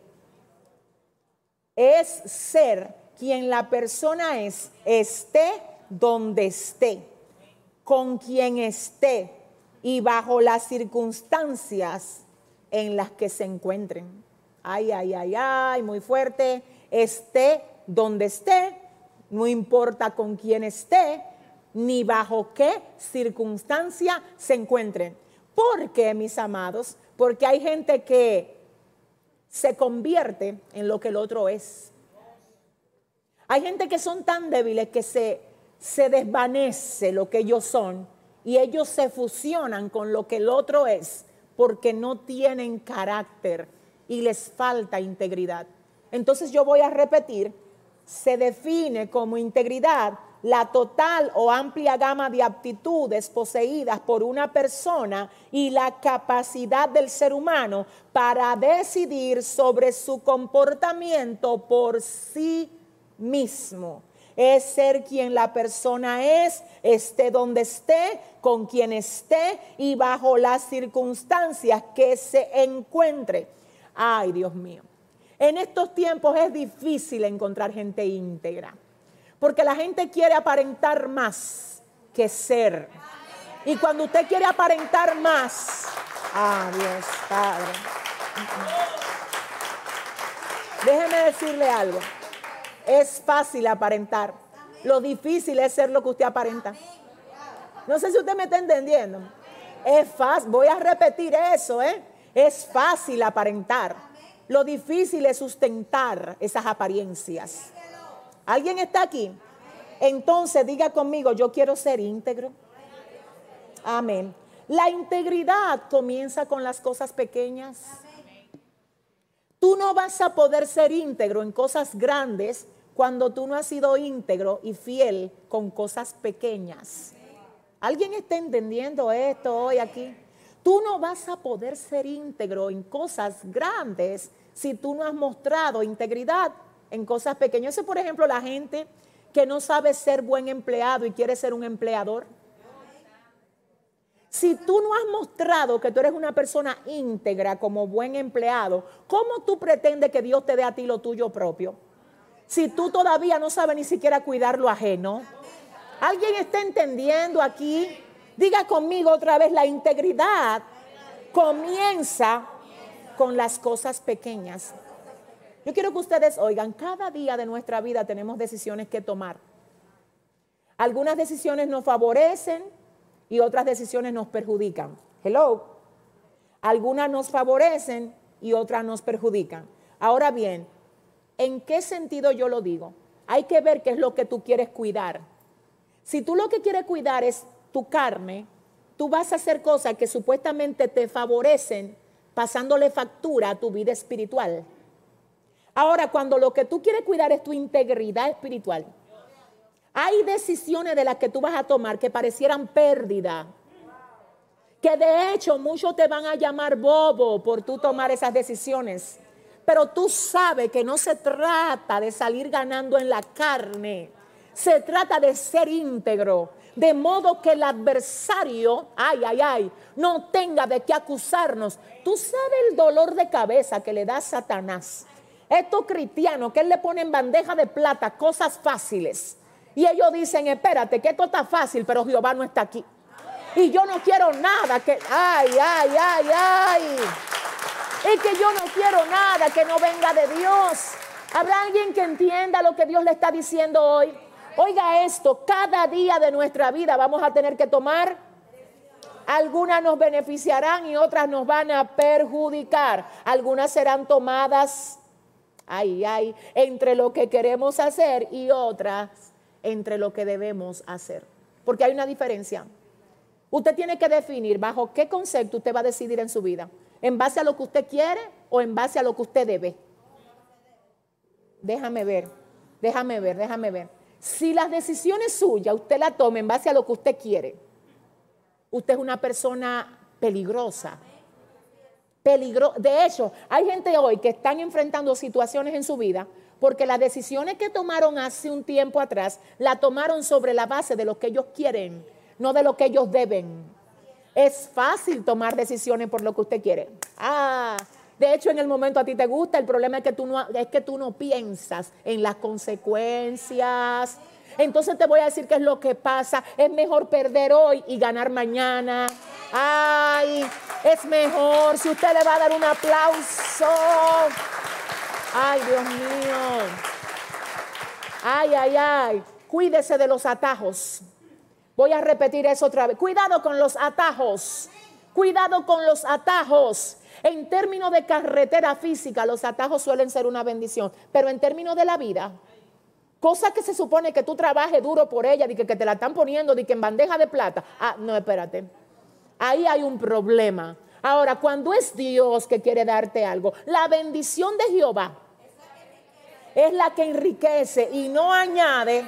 Es ser quien la persona es, esté donde esté, con quien esté y bajo las circunstancias en las que se encuentren. Muy fuerte. Esté donde esté, no importa con quién esté, ni bajo qué circunstancia se encuentren. ¿Por qué, mis amados? Porque hay gente que se convierte en lo que el otro es. Hay gente que son tan débiles que se desvanece lo que ellos son y ellos se fusionan con lo que el otro es porque no tienen carácter y les falta integridad. Entonces yo voy a repetir, se define como integridad la total o amplia gama de aptitudes poseídas por una persona y la capacidad del ser humano para decidir sobre su comportamiento por sí mismo. Es ser quien la persona es, esté donde esté, con quien esté y bajo las circunstancias que se encuentre. Ay, Dios mío. En estos tiempos es difícil encontrar gente íntegra, porque la gente quiere aparentar más que ser. Y cuando usted quiere aparentar más, Dios Padre. Déjeme decirle algo. Es fácil aparentar. Lo difícil es ser lo que usted aparenta. No sé si usted me está entendiendo. Es fácil. Voy a repetir eso, Es fácil aparentar. Lo difícil es sustentar esas apariencias. ¿Alguien está aquí? Entonces diga conmigo, yo quiero ser íntegro. Amén. La integridad comienza con las cosas pequeñas. Tú no vas a poder ser íntegro en cosas grandes cuando tú no has sido íntegro y fiel con cosas pequeñas. ¿Alguien está entendiendo esto hoy aquí? Tú no vas a poder ser íntegro en cosas grandes si tú no has mostrado integridad en cosas pequeñas. Eso, por ejemplo, la gente que no sabe ser buen empleado y quiere ser un empleador. Si tú no has mostrado que tú eres una persona íntegra como buen empleado, ¿cómo tú pretendes que Dios te dé a ti lo tuyo propio? Si tú todavía no sabes ni siquiera cuidar lo ajeno. ¿Alguien está entendiendo aquí? Diga conmigo otra vez, la integridad comienza con las cosas pequeñas. Yo quiero que ustedes oigan, cada día de nuestra vida tenemos decisiones que tomar. Algunas decisiones nos favorecen y otras decisiones nos perjudican. Hello. Algunas nos favorecen y otras nos perjudican. Ahora bien, ¿en qué sentido yo lo digo? Hay que ver qué es lo que tú quieres cuidar. Si tú lo que quieres cuidar es tu carne, tú vas a hacer cosas que supuestamente te favorecen, pasándole factura a tu vida espiritual. Ahora, cuando lo que tú quieres cuidar es tu integridad espiritual, hay decisiones de las que tú vas a tomar que parecieran pérdida, que de hecho muchos te van a llamar bobo por tú tomar esas decisiones, pero tú sabes que no se trata de salir ganando en la carne, se trata de ser íntegro, de modo que el adversario, no tenga de qué acusarnos. Tú sabes el dolor de cabeza que le da a Satanás. Estos cristianos que él le pone en bandeja de plata cosas fáciles. Y ellos dicen, espérate, que esto está fácil, pero Jehová no está aquí. Y yo no quiero nada que, es que yo no quiero nada que no venga de Dios. ¿Habrá alguien que entienda lo que Dios le está diciendo hoy? Oiga esto, cada día de nuestra vida vamos a tener que tomar, algunas nos beneficiarán y otras nos van a perjudicar. Algunas serán tomadas, entre lo que queremos hacer y otras entre lo que debemos hacer. Porque hay una diferencia. Usted tiene que definir bajo qué concepto usted va a decidir en su vida. ¿En base a lo que usted quiere o en base a lo que usted debe? Déjame ver. Si las decisiones suyas usted las toma en base a lo que usted quiere, usted es una persona peligrosa. De hecho, hay gente hoy que están enfrentando situaciones en su vida porque las decisiones que tomaron hace un tiempo atrás, la tomaron sobre la base de lo que ellos quieren, no de lo que ellos deben. Es fácil tomar decisiones por lo que usted quiere. De hecho, en el momento a ti te gusta, el problema es que tú no piensas en las consecuencias. Entonces te voy a decir qué es lo que pasa. Es mejor perder hoy y ganar mañana. Es mejor. Si usted le va a dar un aplauso. Dios mío. Cuídese de los atajos. Voy a repetir eso otra vez. Cuidado con los atajos. Cuidado con los atajos. En términos de carretera física, los atajos suelen ser una bendición. Pero en términos de la vida, Cosa que se supone que tú trabajes duro por ella, de que te la están poniendo, de que en bandeja de plata. Ah, no, espérate. Ahí hay un problema. Ahora, cuando es Dios que quiere darte algo, la bendición de Jehová es la que enriquece y no añade,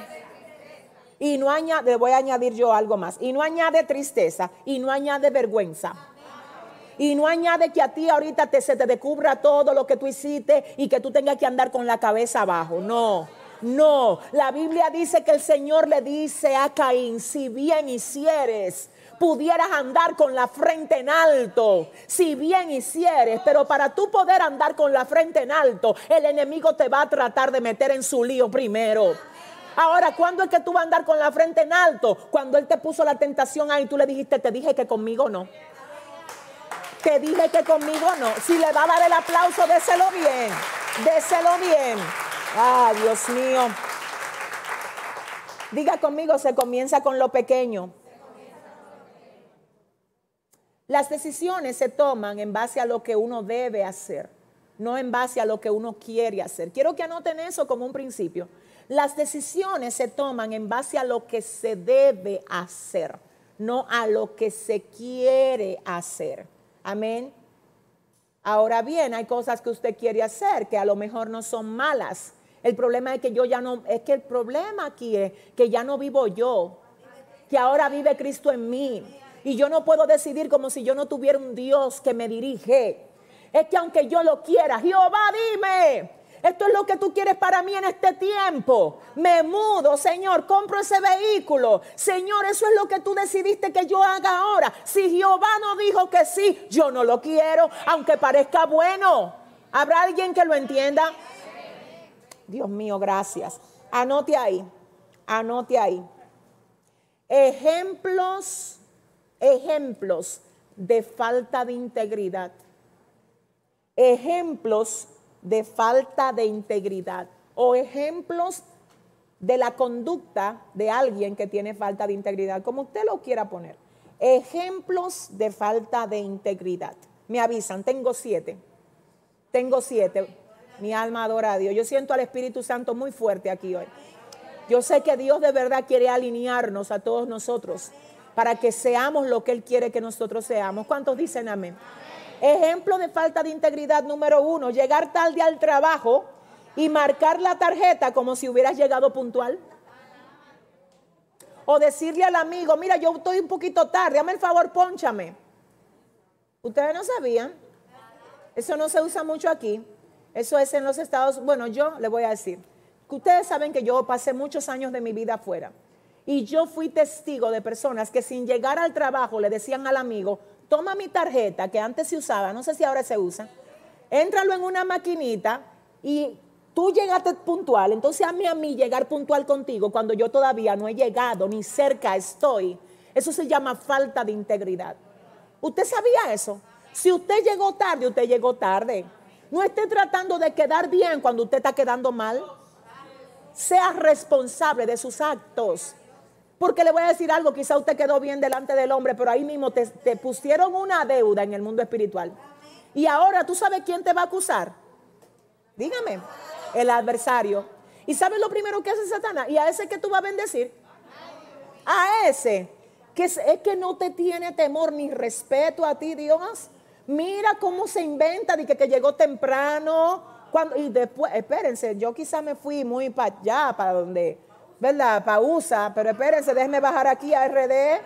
le voy a añadir yo algo más, y no añade tristeza, y no añade vergüenza. Y no añade que a ti ahorita se te descubra todo lo que tú hiciste y que tú tengas que andar con la cabeza abajo. No, no. La Biblia dice que el Señor le dice a Caín, si bien hicieres, pudieras andar con la frente en alto. Si bien hicieres, pero para tú poder andar con la frente en alto, el enemigo te va a tratar de meter en su lío primero. Ahora, ¿cuándo es que tú vas a andar con la frente en alto? Cuando Él te puso la tentación ahí, tú le dijiste, te dije que conmigo no. Te dije que conmigo no. Si le va a dar el aplauso, déselo bien. Déselo bien. Ah, Dios mío. Diga conmigo, se comienza con lo pequeño. Las decisiones se toman en base a lo que uno debe hacer, no en base a lo que uno quiere hacer. Quiero que anoten eso como un principio. Las decisiones se toman en base a lo que se debe hacer, no a lo que se quiere hacer. Amén. Ahora bien, hay cosas que usted quiere hacer que a lo mejor no son malas. El problema es que el problema aquí es que ya no vivo yo, que ahora vive Cristo en mí. Y yo no puedo decidir como si yo no tuviera un Dios que me dirige. Es que aunque yo lo quiera, Jehová, dime, esto es lo que tú quieres para mí en este tiempo. Me mudo, Señor, compro ese vehículo. Señor, eso es lo que tú decidiste que yo haga ahora. Si Jehová no dijo que sí, yo no lo quiero, aunque parezca bueno. ¿Habrá alguien que lo entienda? Dios mío, gracias. Anote ahí, anote ahí. Ejemplos de falta de integridad. Ejemplos de falta de integridad o ejemplos de la conducta de alguien que tiene falta de integridad, como usted lo quiera poner. Ejemplos de falta de integridad. Me avisan, tengo 7. Mi alma adora a Dios. Yo siento al Espíritu Santo muy fuerte aquí hoy. Yo sé que Dios de verdad quiere alinearnos a todos nosotros para que seamos lo que Él quiere que nosotros seamos. ¿Cuántos dicen amén? Ejemplo de falta de integridad número 1, llegar tarde al trabajo y marcar la tarjeta como si hubieras llegado puntual. O decirle al amigo, mira, yo estoy un poquito tarde, dame el favor, pónchame. Ustedes no sabían. Eso no se usa mucho aquí. Eso es en los Estados Unidos. Bueno, yo le voy a decir que ustedes saben que yo pasé muchos años de mi vida afuera. Y yo fui testigo de personas que sin llegar al trabajo le decían al amigo, toma mi tarjeta, que antes se usaba, no sé si ahora se usa, éntralo en una maquinita y tú llegaste puntual, entonces hazme a mí llegar puntual contigo cuando yo todavía no he llegado, ni cerca estoy. Eso se llama falta de integridad. ¿Usted sabía eso? Si usted llegó tarde, usted llegó tarde. No esté tratando de quedar bien cuando usted está quedando mal. Sea responsable de sus actos. Porque le voy a decir algo, quizá usted quedó bien delante del hombre, pero ahí mismo te pusieron una deuda en el mundo espiritual. Y ahora, ¿tú sabes quién te va a acusar? Dígame, el adversario. ¿Y sabes lo primero que hace Satanás? ¿Y a ese que tú vas a bendecir? A ese, que es que no te tiene temor ni respeto a ti, Dios. Mira cómo se inventa de que llegó temprano. Y después, espérense, yo quizá me fui muy para allá, para donde... ¿verdad? Para USA, pero espérense, déjenme bajar aquí a RD.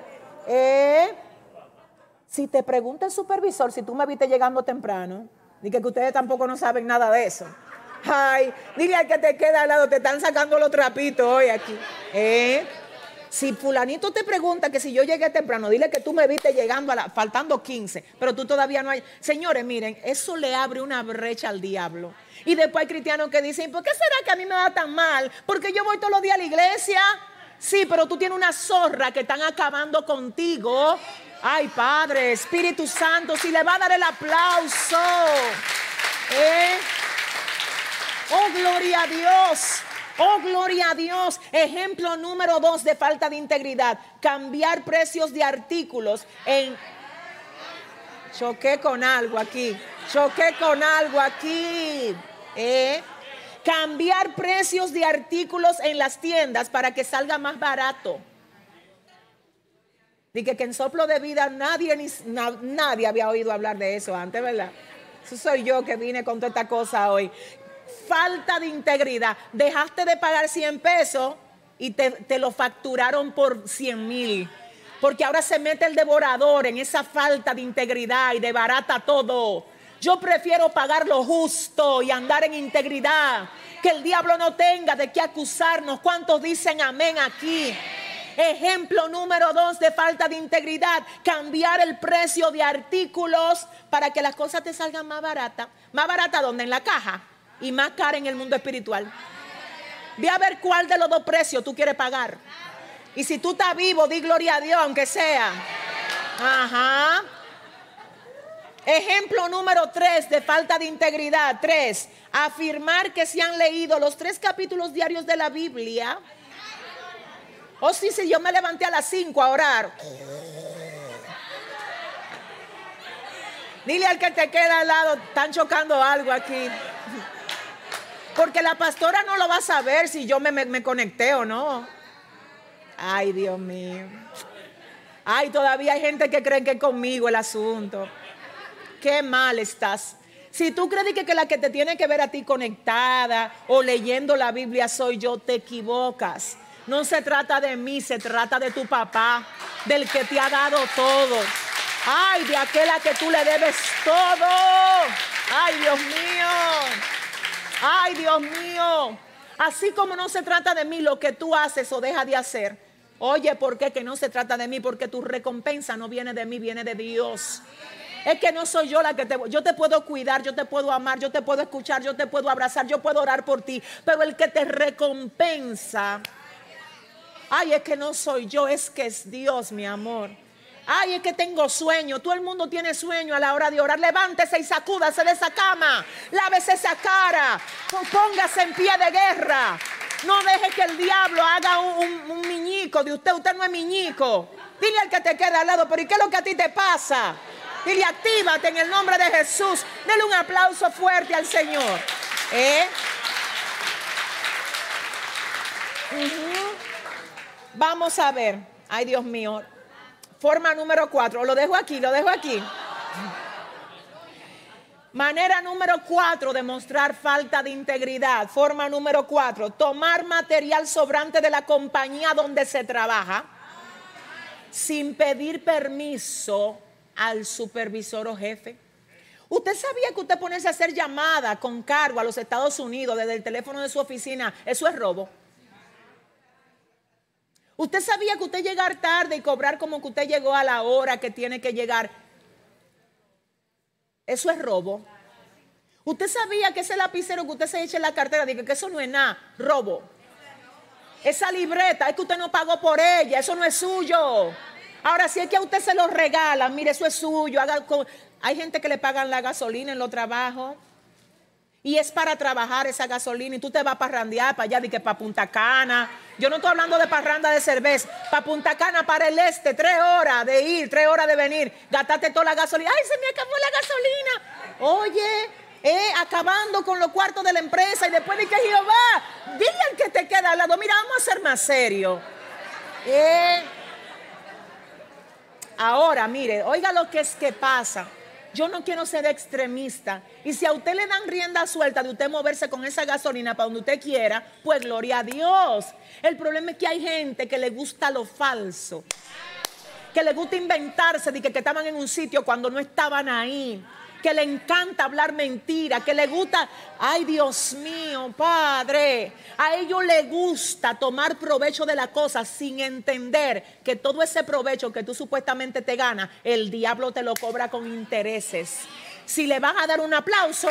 Si te pregunta el supervisor si tú me viste llegando temprano, y que ustedes tampoco no saben nada de eso. Ay, dile al que te queda al lado, te están sacando los trapitos hoy aquí. Si fulanito te pregunta que si yo llegué temprano, dile que tú me viste llegando faltando 15, pero tú todavía no hay. Señores, miren, eso le abre una brecha al diablo. Y después hay cristianos que dicen, ¿por qué será que a mí me va tan mal? Porque yo voy todos los días a la iglesia. Sí, pero tú tienes una zorra que están acabando contigo. Ay, Padre, Espíritu Santo, si le va a dar el aplauso. Oh, gloria a Dios. Oh, gloria a Dios. Ejemplo número 2 de falta de integridad. Cambiar precios de artículos en... Choqué con algo aquí. Cambiar precios de artículos en las tiendas para que salga más barato. Dije que en Soplo de Vida nadie había oído hablar de eso antes, ¿verdad? Eso soy yo que vine con toda esta cosa hoy. Falta de integridad. Dejaste de pagar 100 pesos y te lo facturaron por 100,000. Porque ahora se mete el devorador en esa falta de integridad y desbarata todo. Yo prefiero pagar lo justo y andar en integridad. Que el diablo no tenga de qué acusarnos. ¿Cuántos dicen amén aquí? Ejemplo número 2 de falta de integridad: cambiar el precio de artículos para que las cosas te salgan más baratas. ¿Más barata dónde? En la caja. Y más cara en el mundo espiritual. Ve a ver cuál de los dos precios tú quieres pagar. Y si tú estás vivo, di gloria a Dios, aunque sea. Ajá. Ejemplo número 3 de falta de integridad. 3. Afirmar que se han leído los 3 capítulos diarios de la Biblia. Oh, sí, yo me levanté a las 5 a orar. Dile al que te queda al lado, están chocando algo aquí. Porque la pastora no lo va a saber si yo me conecté o no. Ay, Dios mío. Ay, todavía hay gente que cree que es conmigo el asunto. Qué mal estás. Si tú crees que la que te tiene que ver a ti conectada o leyendo la Biblia soy yo, te equivocas. No se trata de mí, se trata de tu papá, del que te ha dado todo. Ay, de aquel a que tú le debes todo. Ay, Dios mío. Ay, Dios mío. Así como no se trata de mí lo que tú haces o dejas de hacer. Oye, ¿por qué que no se trata de mí? Porque tu recompensa no viene de mí, viene de Dios. Es que no soy yo la que yo te puedo cuidar, yo te puedo amar, yo te puedo escuchar, yo te puedo abrazar, yo puedo orar por ti. Pero el que te recompensa... Ay, es que no soy yo, es que es Dios, mi amor. Ay, es que tengo sueño. Todo el mundo tiene sueño a la hora de orar. Levántese y sacúdase de esa cama. Lávese esa cara. Póngase en pie de guerra. No deje que el diablo haga un miñico de usted. Usted no es miñico. Dile al que te queda al lado, pero ¿y qué es lo que a ti te pasa? Dile, actívate en el nombre de Jesús. Dele un aplauso fuerte al Señor. Vamos a ver. Ay, Dios mío. Forma número 4. Lo dejo aquí. Manera número 4 de mostrar falta de integridad. Forma número 4. Tomar material sobrante de la compañía donde se trabaja sin pedir permiso al supervisor o jefe. ¿Usted sabía que usted ponerse a hacer llamadas con cargo a los Estados Unidos desde el teléfono de su oficina, eso es robo? ¿Usted sabía que usted llegar tarde y cobrar como que usted llegó a la hora que tiene que llegar, eso es robo? ¿Usted sabía que ese lapicero que usted se echa en la cartera, dice que eso no es nada, robo? Esa libreta es que usted no pagó por ella, eso no es suyo. Ahora, si es que a usted se lo regalan, mire, eso es suyo. Hay gente que le pagan la gasolina en los trabajos y es para trabajar esa gasolina y tú te vas a parrandear para allá, de que para Punta Cana. Yo no estoy hablando de parranda de cerveza, para Punta Cana, para el este, 3 horas de ir, 3 horas de venir, gastaste toda la gasolina. ¡Ay, se me acabó la gasolina! Oye, acabando con los cuartos de la empresa y después de que Jehová, dile al que te queda al lado, mira, vamos a ser más serios. Ahora, mire, oiga lo que es que pasa. Yo no quiero ser extremista. Y si a usted le dan rienda suelta de usted moverse con esa gasolina para donde usted quiera, pues gloria a Dios. El problema es que hay gente que le gusta lo falso, que le gusta inventarse de que estaban en un sitio cuando no estaban ahí, que le encanta hablar mentira, que le gusta, ay Dios mío, Padre, a ellos les gusta tomar provecho de la cosa sin entender que todo ese provecho que tú supuestamente te ganas, el diablo te lo cobra con intereses. Si le van a dar un aplauso,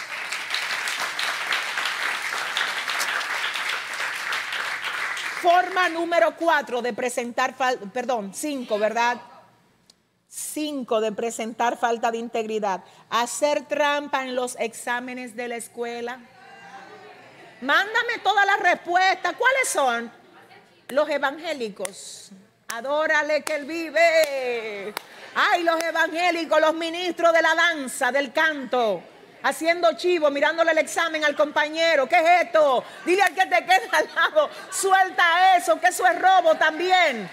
forma número 4 de presentar, 5, ¿verdad? 5 de presentar falta de integridad. Hacer trampa en los exámenes de la escuela. Mándame todas las respuestas. ¿Cuáles son? Los evangélicos. Adórale que Él vive. Ay, los evangélicos, los ministros de la danza, del canto. haciendo chivo, mirándole el examen al compañero. ¿Qué es esto? Dile al que te queda al lado, suelta eso, que eso es robo también.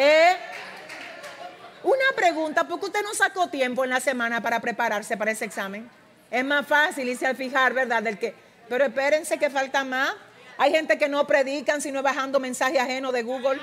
Una pregunta, ¿por qué usted no sacó tiempo en la semana para prepararse para ese examen? Es más fácil irse al fijar, ¿verdad? Pero espérense que falta más. Hay gente que no predican sino bajando mensaje ajeno de Google.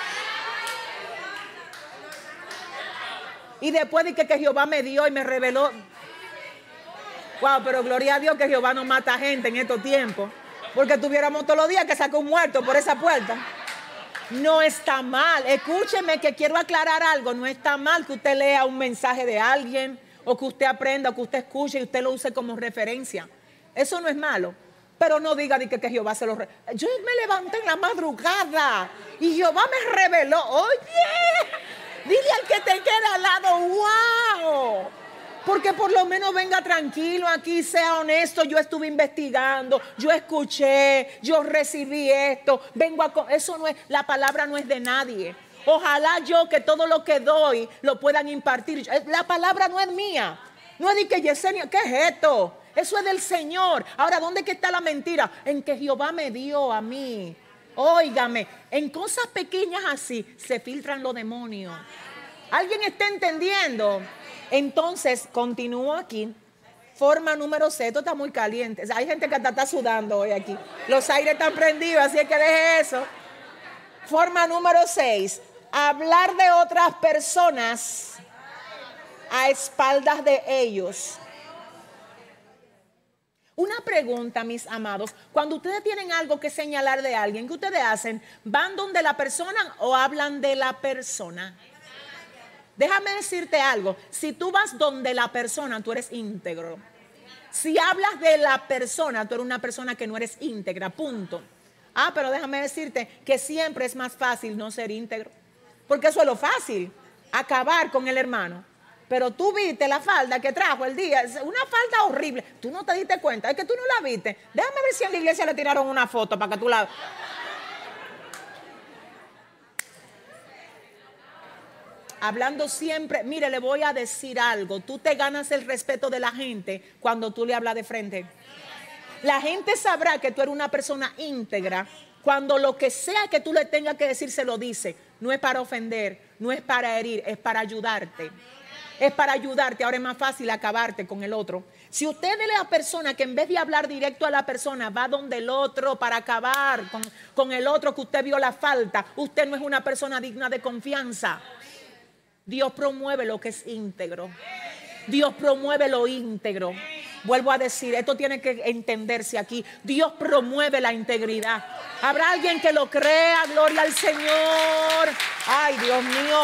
Y después de que Jehová me dio y me reveló. Wow, pero gloria a Dios que Jehová no mata gente en estos tiempos. Porque tuviéramos todos los días que sacar un muerto por esa puerta. No está mal. Escúcheme que quiero aclarar algo. No está mal que usted lea un mensaje de alguien o que usted aprenda o que usted escuche y usted lo use como referencia. Eso no es malo. Pero no diga que Jehová se lo... Yo me levanté en la madrugada y Jehová me reveló. Oye, dile al que te queda al lado, wow. Porque por lo menos venga tranquilo aquí, sea honesto. Yo estuve investigando, yo escuché, yo recibí esto. Eso no es, la palabra no es de nadie. Ojalá yo que todo lo que doy lo puedan impartir. La palabra no es mía. No es de que Yesenia, ¿qué es esto? Eso es del Señor. Ahora, ¿dónde que está la mentira? En que Jehová me dio a mí. Óigame, en cosas pequeñas así se filtran los demonios. ¿Alguien está entendiendo? Entonces, continúo aquí. Forma número 6. Esto está muy caliente. Hay gente que está sudando hoy aquí. Los aires están prendidos, así es que deje eso. Forma número 6. Hablar de otras personas a espaldas de ellos. Una pregunta, mis amados. Cuando ustedes tienen algo que señalar de alguien, ¿qué ustedes hacen? ¿Van donde la persona o hablan de la persona? Déjame decirte algo. Si tú vas donde la persona, tú eres íntegro. Si hablas de la persona, tú eres una persona que no eres íntegra, punto. Pero déjame decirte que siempre es más fácil no ser íntegro. Porque eso es lo fácil, acabar con el hermano. Pero tú viste la falda que trajo el día, una falda horrible. Tú no te diste cuenta, es que tú no la viste. Déjame ver si en la iglesia le tiraron una foto para que tú la... Hablando siempre, mire, le voy a decir algo. Tú te ganas el respeto de la gente cuando tú le hablas de frente. La gente sabrá que tú eres una persona íntegra cuando lo que sea que tú le tengas que decir se lo dice. No es para ofender, no es para herir, es para ayudarte. Es para ayudarte. Ahora es más fácil acabarte con el otro. Si usted es la persona que en vez de hablar directo a la persona va donde el otro para acabar con el otro que usted vio la falta, usted no es una persona digna de confianza. Dios promueve lo que es íntegro. Dios promueve lo íntegro. Vuelvo a decir, esto tiene que entenderse aquí. Dios promueve la integridad. ¿Habrá alguien que lo crea? Gloria al Señor. Ay, Dios mío.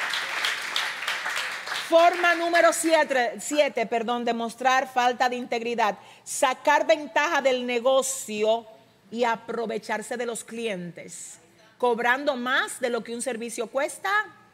Forma número 7, demostrar falta de integridad. Sacar ventaja del negocio y aprovecharse de los clientes. Cobrando más de lo que un servicio cuesta.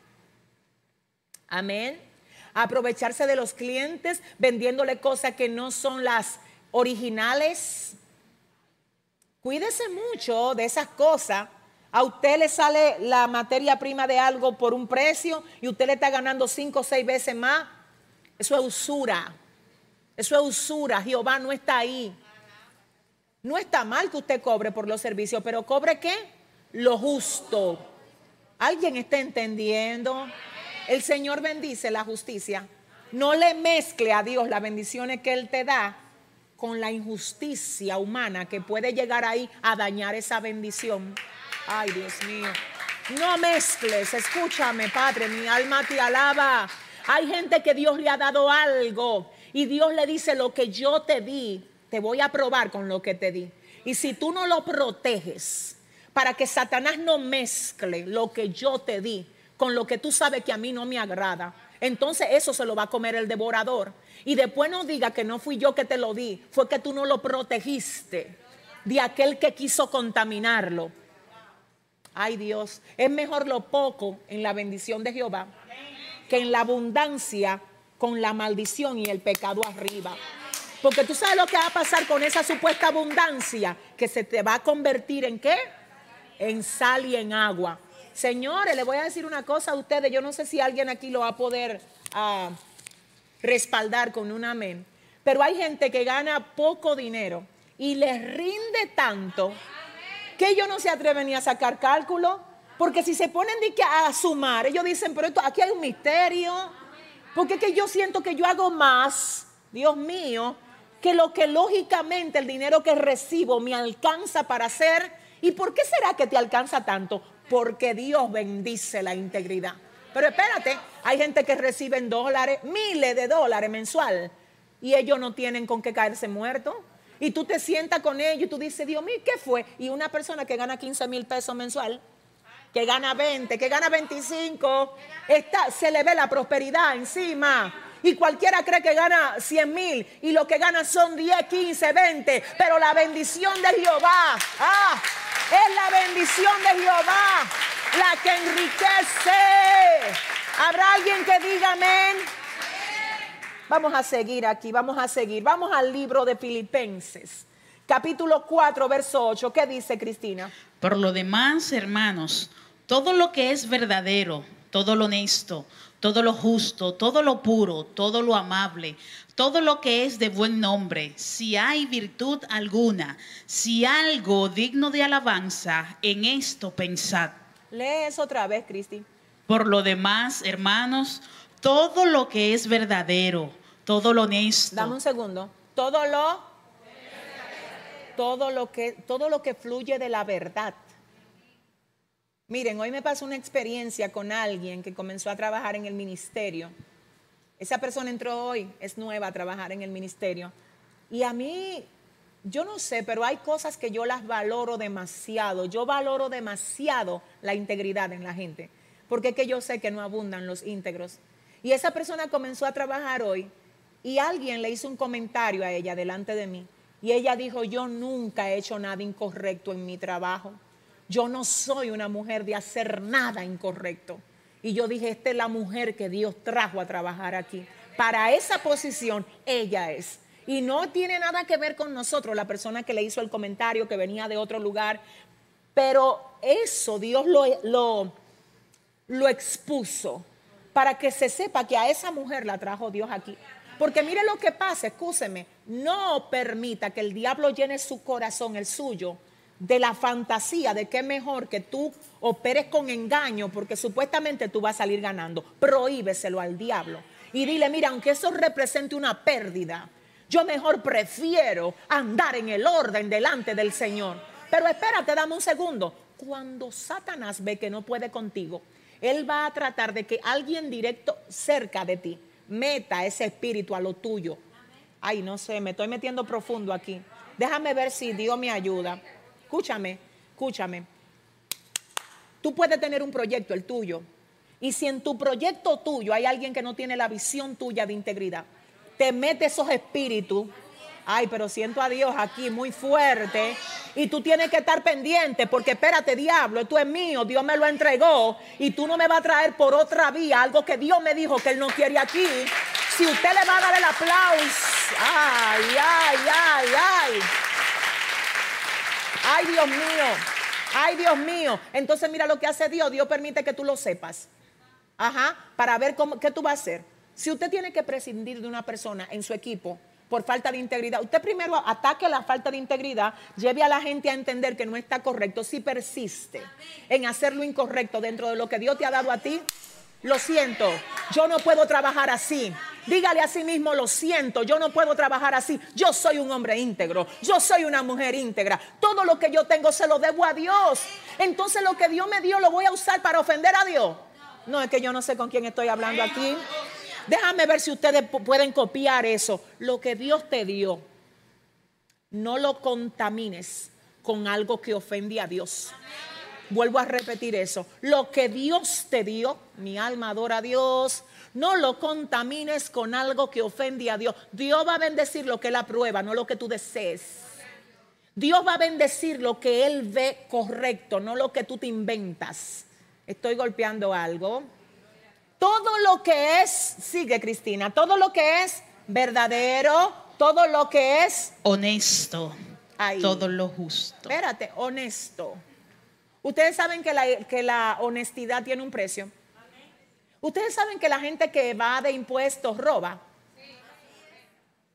Amén. Aprovecharse de los clientes, vendiéndole cosas que no son las originales. Cuídese mucho de esas cosas. A usted le sale la materia prima de algo por un precio y usted le está ganando 5 o 6 veces más. Eso es usura. Eso es usura. Jehová no está ahí. No está mal que usted cobre por los servicios, pero ¿cobre qué? Lo justo. ¿Alguien está entendiendo? El Señor bendice la justicia. No le mezcle a Dios las bendiciones que Él te da con la injusticia humana que puede llegar ahí a dañar esa bendición. Ay, Dios mío. No mezcles. Escúchame, Padre. Mi alma te alaba. Hay gente que Dios le ha dado algo y Dios le dice: lo que yo te di, te voy a probar con lo que te di. Y si tú no lo proteges para que Satanás no mezcle lo que yo te di con lo que tú sabes que a mí no me agrada, entonces eso se lo va a comer el devorador. Y después no diga que no fui yo que te lo di, fue que tú no lo protegiste de aquel que quiso contaminarlo. Ay, Dios, es mejor lo poco en la bendición de Jehová que en la abundancia con la maldición y el pecado arriba. Porque tú sabes lo que va a pasar con esa supuesta abundancia, que se te va a convertir ¿en qué? En sal y en agua. Señores, les voy a decir una cosa a ustedes. Yo no sé si alguien aquí lo va a poder respaldar con un amén. Pero hay gente que gana poco dinero y les rinde tanto que ellos no se atreven ni a sacar cálculo. Porque si se ponen a sumar, ellos dicen, pero aquí hay un misterio. Porque es que yo siento que yo hago más, Dios mío, que lo que lógicamente el dinero que recibo me alcanza para hacer. ¿Y por qué será que te alcanza tanto? Porque Dios bendice la integridad. Pero espérate, hay gente que recibe en dólares, miles de dólares mensual, y ellos no tienen con qué caerse muertos. Y tú te sientas con ellos y tú dices, Dios mío, ¿qué fue? Y una persona que gana 15 mil pesos mensual, que gana 20, que gana 25, se le ve la prosperidad encima. Y cualquiera cree que gana 100 mil y lo que gana son 10, 15, 20. Pero la bendición de Jehová, es la bendición de Jehová la que enriquece. ¿Habrá alguien que diga amén? Vamos a seguir aquí, vamos a seguir. Vamos al libro de Filipenses, capítulo 4, verso 8. ¿Qué dice, Cristina? Por lo demás, hermanos, todo lo que es verdadero, todo lo honesto, todo lo justo, todo lo puro, todo lo amable, todo lo que es de buen nombre, si hay virtud alguna, si algo digno de alabanza, en esto pensad. Lee eso otra vez, Cristi. Por lo demás, hermanos, todo lo que es verdadero, todo lo honesto. Dame un segundo. Todo lo que fluye de la verdad. Miren, hoy me pasó una experiencia con alguien que comenzó a trabajar en el ministerio. Esa persona entró hoy, es nueva a trabajar en el ministerio. Y a mí, yo no sé, pero hay cosas que yo las valoro demasiado. Yo valoro demasiado la integridad en la gente. Porque es que yo sé que no abundan los íntegros. Y esa persona comenzó a trabajar hoy y alguien le hizo un comentario a ella delante de mí. Y ella dijo, yo nunca he hecho nada incorrecto en mi trabajo. Yo no soy una mujer de hacer nada incorrecto. Y yo dije, esta es la mujer que Dios trajo a trabajar aquí. Para esa posición, ella es. Y no tiene nada que ver con nosotros, la persona que le hizo el comentario, que venía de otro lugar. Pero eso Dios lo expuso para que se sepa que a esa mujer la trajo Dios aquí. Porque mire lo que pasa, escúcheme, no permita que el diablo llene su corazón, el suyo, de la fantasía de que es mejor que tú operes con engaño porque supuestamente tú vas a salir ganando. Prohíbeselo al diablo y dile, mira, aunque eso represente una pérdida, yo mejor prefiero andar en el orden delante del Señor. Pero espérate, dame un segundo. Cuando Satanás ve que no puede contigo, él va a tratar de que alguien directo cerca de ti meta ese espíritu a lo tuyo. Ay, no sé, me estoy metiendo profundo aquí. Déjame ver si Dios me ayuda. Escúchame. Tú puedes tener un proyecto, el tuyo. Y si en tu proyecto tuyo hay alguien que no tiene la visión tuya de integridad, te mete esos espíritus. Ay, pero siento a Dios aquí muy fuerte. Y tú tienes que estar pendiente porque espérate, diablo, esto es mío, Dios me lo entregó y tú no me vas a traer por otra vía algo que Dios me dijo que Él no quiere aquí. Si usted le va a dar el aplauso, ay. Ay, Dios mío. Entonces mira lo que hace Dios. Dios permite que tú lo sepas. Para ver qué tú vas a hacer. Si usted tiene que prescindir de una persona en su equipo por falta de integridad, usted primero ataque la falta de integridad, lleve a la gente a entender que no está correcto. Si persiste en hacer lo incorrecto dentro de lo que Dios te ha dado a ti, lo siento, yo no puedo trabajar así. Dígale a sí mismo, lo siento, yo no puedo trabajar así. Yo soy un hombre íntegro, yo soy una mujer íntegra. Todo lo que yo tengo se lo debo a Dios. Entonces lo que Dios me dio lo voy a usar para ofender a Dios. No, es que yo no sé con quién estoy hablando aquí. Déjame ver si ustedes pueden copiar eso. Lo que Dios te dio, no lo contamines con algo que ofende a Dios. Vuelvo a repetir eso. Lo que Dios te dio, mi alma adora a Dios, no lo contamines con algo que ofende a Dios. Dios va a bendecir lo que Él aprueba, no lo que tú desees. Dios va a bendecir lo que Él ve correcto, no lo que tú te inventas. Estoy golpeando algo. Todo lo que es, sigue Cristina, todo lo que es verdadero, todo lo que es honesto, ahí. Todo lo justo. Espérate, honesto. Ustedes saben que la honestidad tiene un precio. Ustedes saben que la gente que evade impuestos roba.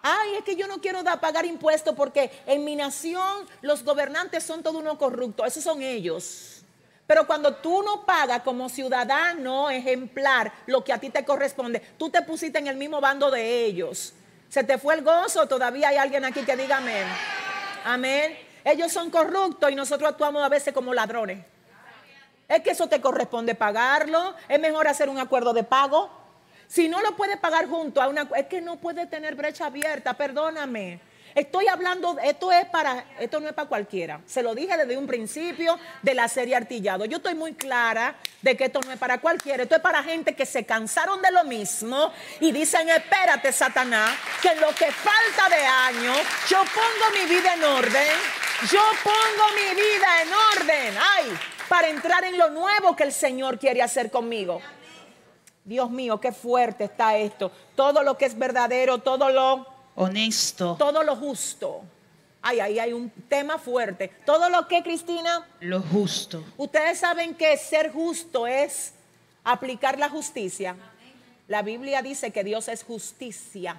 Ay, es que yo no quiero pagar impuestos porque en mi nación los gobernantes son todos unos corruptos. Esos son ellos. Pero cuando tú no pagas como ciudadano ejemplar lo que a ti te corresponde, tú te pusiste en el mismo bando de ellos. ¿Se te fue el gozo? Todavía hay alguien aquí que diga amén. Amén. Ellos son corruptos y nosotros actuamos a veces como ladrones. Es que eso te corresponde pagarlo. Es mejor hacer un acuerdo de pago. Si no lo puede pagar junto a una, es que no puede tener brecha abierta, perdóname. Estoy hablando, esto no es para cualquiera. Se lo dije desde un principio de la serie Artillado. Yo estoy muy clara de que esto no es para cualquiera. Esto es para gente que se cansaron de lo mismo y dicen, espérate, Satanás, que en lo que falta de años, yo pongo mi vida en orden. Yo pongo mi vida en orden. Ay, para entrar en lo nuevo que el Señor quiere hacer conmigo. Dios mío, qué fuerte está esto. Todo lo que es verdadero, todo lo honesto, todo lo justo. Ay, ahí hay un tema fuerte. Todo lo que, Cristina, lo justo. Ustedes saben que ser justo es aplicar la justicia. La Biblia dice que Dios es justicia.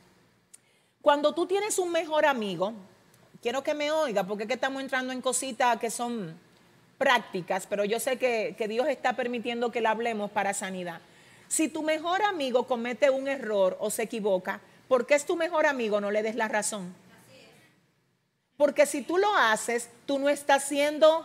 Cuando tú tienes un mejor amigo, quiero que me oiga, porque es que estamos entrando en cositas que son prácticas, pero yo sé que Dios está permitiendo que la hablemos para sanidad. Si tu mejor amigo comete un error o se equivoca, porque es tu mejor amigo, no le des la razón. Porque si tú lo haces, tú no estás siendo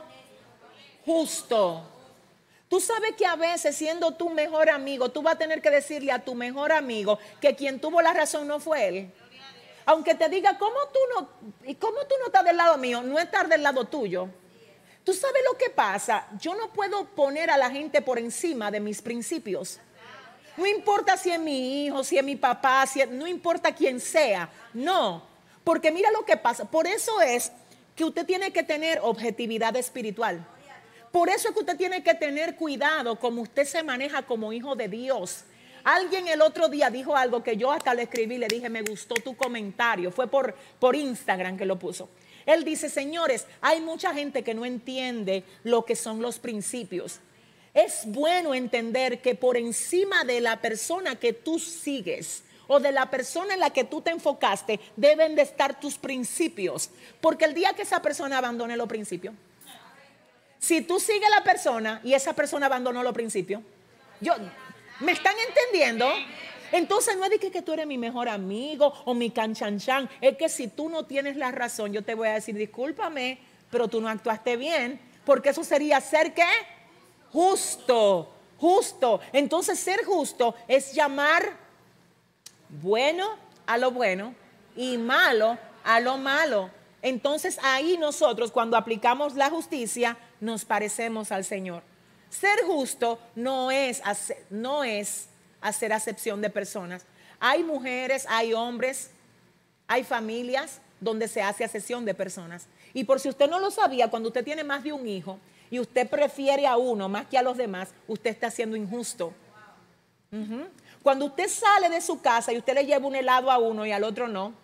justo. Tú sabes que a veces, siendo tu mejor amigo, tú vas a tener que decirle a tu mejor amigo que quien tuvo la razón no fue él. Aunque te diga, ¿cómo tú no estás del lado mío? No estar del lado tuyo. ¿Tú sabes lo que pasa? Yo no puedo poner a la gente por encima de mis principios. No importa si es mi hijo, si es mi papá, no importa quién sea. No, porque mira lo que pasa. Por eso es que usted tiene que tener objetividad espiritual. Por eso es que usted tiene que tener cuidado como usted se maneja como hijo de Dios. Alguien el otro día dijo algo que yo hasta le escribí, le dije, me gustó tu comentario. Fue por Instagram que lo puso. Él dice, señores, hay mucha gente que no entiende lo que son los principios. Es bueno entender que por encima de la persona que tú sigues o de la persona en la que tú te enfocaste, deben de estar tus principios. Porque el día que esa persona abandone los principios, si tú sigues a la persona y esa persona abandonó los principios, ¿me están entendiendo? Entonces no es de que tú eres mi mejor amigo o mi canchanchan. Es que si tú no tienes la razón, yo te voy a decir, discúlpame, pero tú no actuaste bien. Porque eso sería ser, ¿qué? Justo. Entonces ser justo es llamar bueno a lo bueno y malo a lo malo. Entonces ahí nosotros cuando aplicamos la justicia nos parecemos al Señor. Ser justo no es hacer acepción de personas. Hay mujeres, hay hombres, hay familias donde se hace acepción de personas. Y por si usted no lo sabía, cuando usted tiene más de un hijo y usted prefiere a uno más que a los demás, usted está siendo injusto. Cuando usted sale de su casa y usted le lleva un helado a uno y al otro no,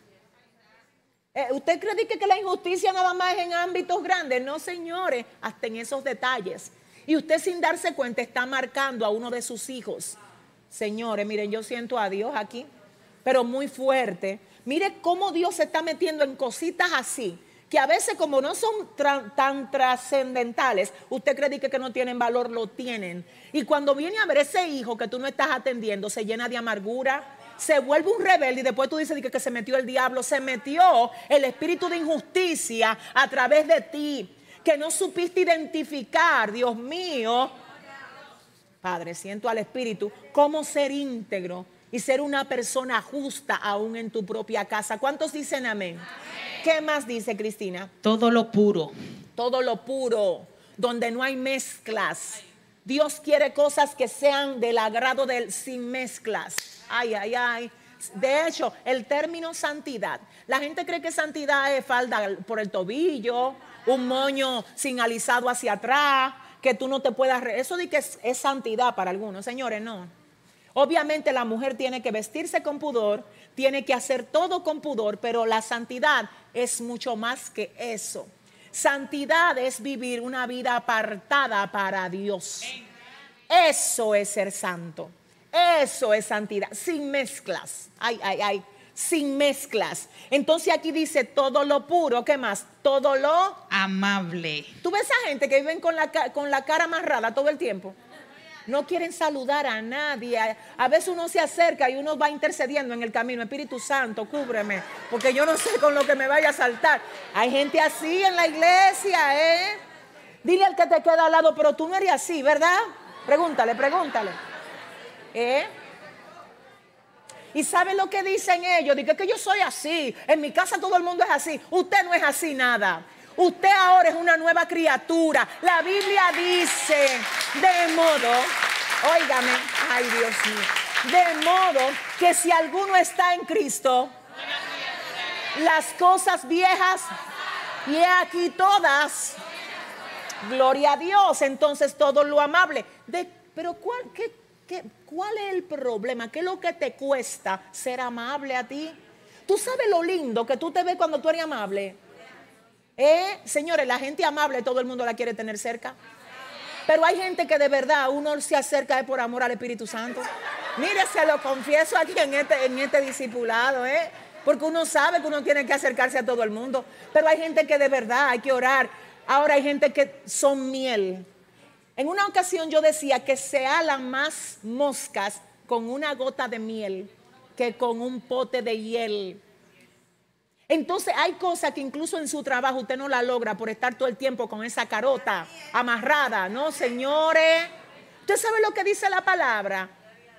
¿usted cree que la injusticia nada más es en ámbitos grandes? No, señores, hasta en esos detalles. Y usted sin darse cuenta está marcando a uno de sus hijos. Señores, miren, yo siento a Dios aquí, pero muy fuerte. Mire cómo Dios se está metiendo en cositas así, que a veces como no son tan trascendentales, usted cree que no tienen valor, lo tienen. Y cuando viene a ver ese hijo que tú no estás atendiendo, se llena de amargura, se vuelve un rebelde y después tú dices que se metió el diablo, se metió el espíritu de injusticia a través de ti, que no supiste identificar, Dios mío. Padre, siento al espíritu cómo ser íntegro y ser una persona justa aún en tu propia casa. ¿Cuántos dicen amén? ¿Qué más dice Cristina? Todo lo puro. Todo lo puro, donde no hay mezclas. Dios quiere cosas que sean del agrado de Él, sin mezclas. Ay, ay, ay. De hecho, el término santidad, la gente cree que santidad es falda por el tobillo, un moño sin alisado hacia atrás, que tú no te puedas... Eso de que es santidad para algunos. Señores, no. Obviamente la mujer tiene que vestirse con pudor, tiene que hacer todo con pudor, pero la santidad es mucho más que eso. Santidad es vivir una vida apartada para Dios. Eso es ser santo. Eso es santidad, sin mezclas. Ay, ay, ay. sin mezclas. Entonces aquí dice todo lo puro, ¿qué más? Todo lo amable. ¿Tú ves a gente que viven con la cara amarrada todo el tiempo? No quieren saludar a nadie. A veces uno se acerca y uno va intercediendo en el camino. Espíritu Santo, cúbreme, porque yo no sé con lo que me vaya a saltar. Hay gente así en la iglesia, ¿eh? Dile al que te queda al lado, pero tú no eres así, ¿verdad? Pregúntale. ¿Y sabe lo que dicen ellos? Dicen que yo soy así. En mi casa todo el mundo es así. Usted no es así nada. Usted ahora es una nueva criatura. La Biblia dice, de modo, óigame, ay Dios mío, de modo que si alguno está en Cristo, las cosas viejas, y he aquí todas, gloria a Dios. Entonces todo lo amable. Pero ¿cuál es el problema? ¿Qué es lo que te cuesta ser amable a ti? ¿Tú sabes lo lindo que tú te ves cuando tú eres amable? Señores, la gente amable todo el mundo la quiere tener cerca. Pero hay gente que de verdad uno se acerca por amor al Espíritu Santo. Mire, se lo confieso aquí en este discipulado, porque uno sabe que uno tiene que acercarse a todo el mundo. Pero hay gente que de verdad hay que orar. Ahora hay gente que son miel. En una ocasión yo decía que se alan más moscas con una gota de miel que con un pote de hiel. Entonces hay cosas que incluso en su trabajo usted no la logra por estar todo el tiempo con esa carota amarrada. No, señores. ¿Usted sabe lo que dice la palabra?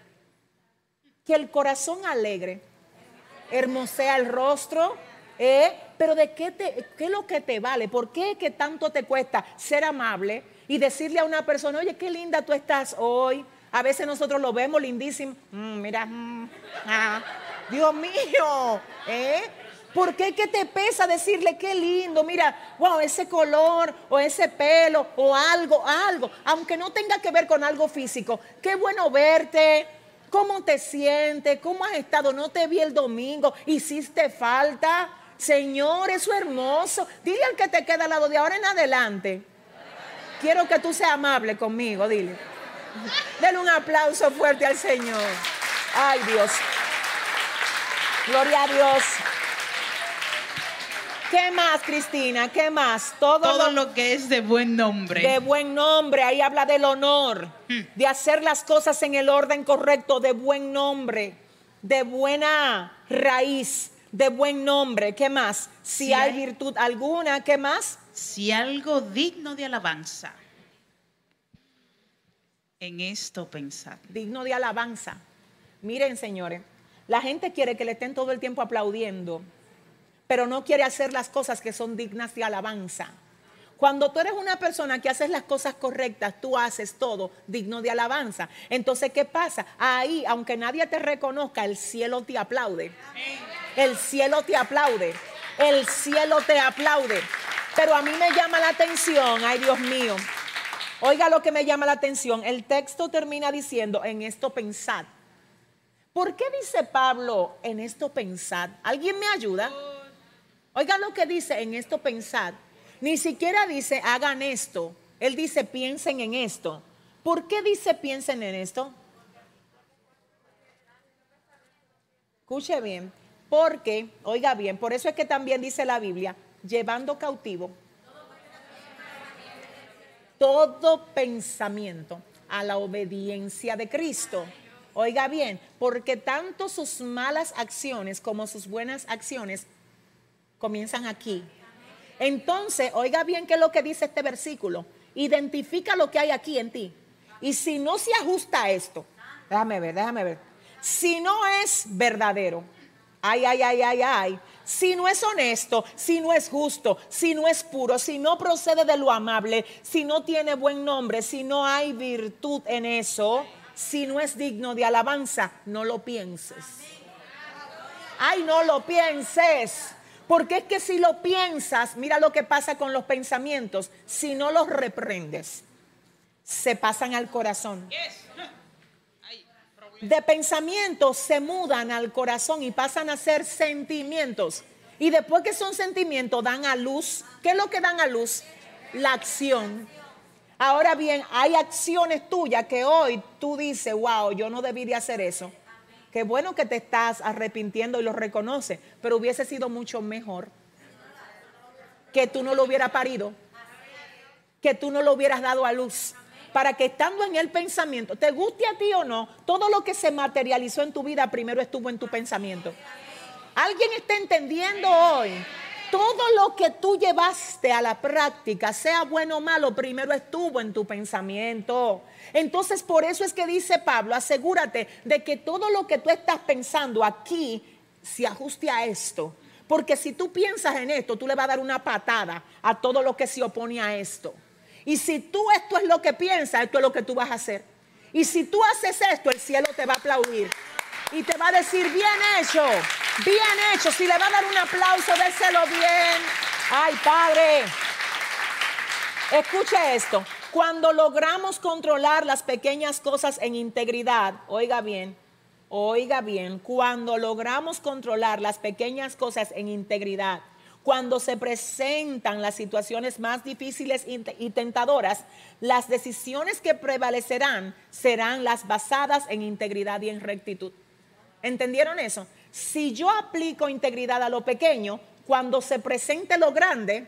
Que el corazón alegre hermosea el rostro. Pero ¿de qué es lo que te vale? ¿Por qué es que tanto te cuesta ser amable y decirle a una persona, oye, qué linda tú estás hoy? A veces nosotros lo vemos lindísimo. Mira, Dios mío, ¿por qué que te pesa decirle qué lindo? Mira, wow, ese color o ese pelo o algo, aunque no tenga que ver con algo físico. Qué bueno verte. ¿Cómo te sientes? ¿Cómo has estado? No te vi el domingo. ¿Hiciste falta? Señor, eso es hermoso. Dile al que te queda al lado de ahora en adelante. Quiero que tú seas amable conmigo, dile. Denle un aplauso fuerte al Señor. Ay, Dios. Gloria a Dios. ¿Qué más, Cristina? ¿Qué más? Todo lo que es de buen nombre. De buen nombre. Ahí habla del honor. De hacer las cosas en el orden correcto. De buen nombre. De buena raíz. De buen nombre. ¿Qué más? Si hay virtud alguna, ¿qué más? Si algo digno de alabanza. En esto pensad. Digno de alabanza. Miren, señores. La gente quiere que le estén todo el tiempo aplaudiendo, pero no quiere hacer las cosas que son dignas de alabanza. Cuando tú eres una persona que haces las cosas correctas, tú haces todo digno de alabanza. Entonces, ¿qué pasa? Ahí, aunque nadie te reconozca, el cielo te aplaude. El cielo te aplaude. El cielo te aplaude. Pero a mí me llama la atención, ay Dios mío. Oiga lo que me llama la atención. El texto termina diciendo, en esto pensad. ¿Por qué dice Pablo, en esto pensad? ¿Alguien me ayuda? Oiga lo que dice, en esto pensad. Ni siquiera dice, hagan esto. Él dice, piensen en esto. ¿Por qué dice, piensen en esto? Escuche bien. Porque, oiga bien, por eso es que también dice la Biblia, llevando cautivo todo pensamiento a la obediencia de Cristo. Oiga bien, porque tanto sus malas acciones como sus buenas acciones comienzan aquí. Entonces, oiga bien qué es lo que dice este versículo. Identifica lo que hay aquí en ti. Y si no se ajusta a esto, déjame ver. Si no es verdadero, si no es honesto, si no es justo, si no es puro, si no procede de lo amable, si no tiene buen nombre, si no hay virtud en eso, si no es digno de alabanza, no lo pienses. Ay, no lo pienses. Porque es que si lo piensas, mira lo que pasa con los pensamientos. Si no los reprendes, se pasan al corazón. De pensamientos se mudan al corazón y pasan a ser sentimientos. Y después que son sentimientos, dan a luz. ¿Qué es lo que dan a luz? La acción. Ahora bien, hay acciones tuyas que hoy tú dices, wow, yo no debí de hacer eso. Qué bueno que te estás arrepintiendo y lo reconoces, pero hubiese sido mucho mejor que tú no lo hubieras parido, que tú no lo hubieras dado a luz, para que estando en el pensamiento, te guste a ti o no, todo lo que se materializó en tu vida primero estuvo en tu pensamiento. ¿Alguien está entendiendo hoy? Todo lo que tú llevaste a la práctica, sea bueno o malo, primero estuvo en tu pensamiento. Entonces, por eso es que dice Pablo, asegúrate de que todo lo que tú estás pensando aquí se ajuste a esto. Porque si tú piensas en esto, tú le vas a dar una patada a todo lo que se opone a esto. Y si tú esto es lo que piensas, esto es lo que tú vas a hacer. Y si tú haces esto, el cielo te va a aplaudir. Y te va a decir, bien hecho, bien hecho. Si le va a dar un aplauso, déselo bien. Ay, Padre. Escuche esto. Cuando logramos controlar las pequeñas cosas en integridad, oiga bien, cuando logramos controlar las pequeñas cosas en integridad, cuando se presentan las situaciones más difíciles y tentadoras, las decisiones que prevalecerán serán las basadas en integridad y en rectitud. ¿Entendieron eso? Si yo aplico integridad a lo pequeño, cuando se presente lo grande,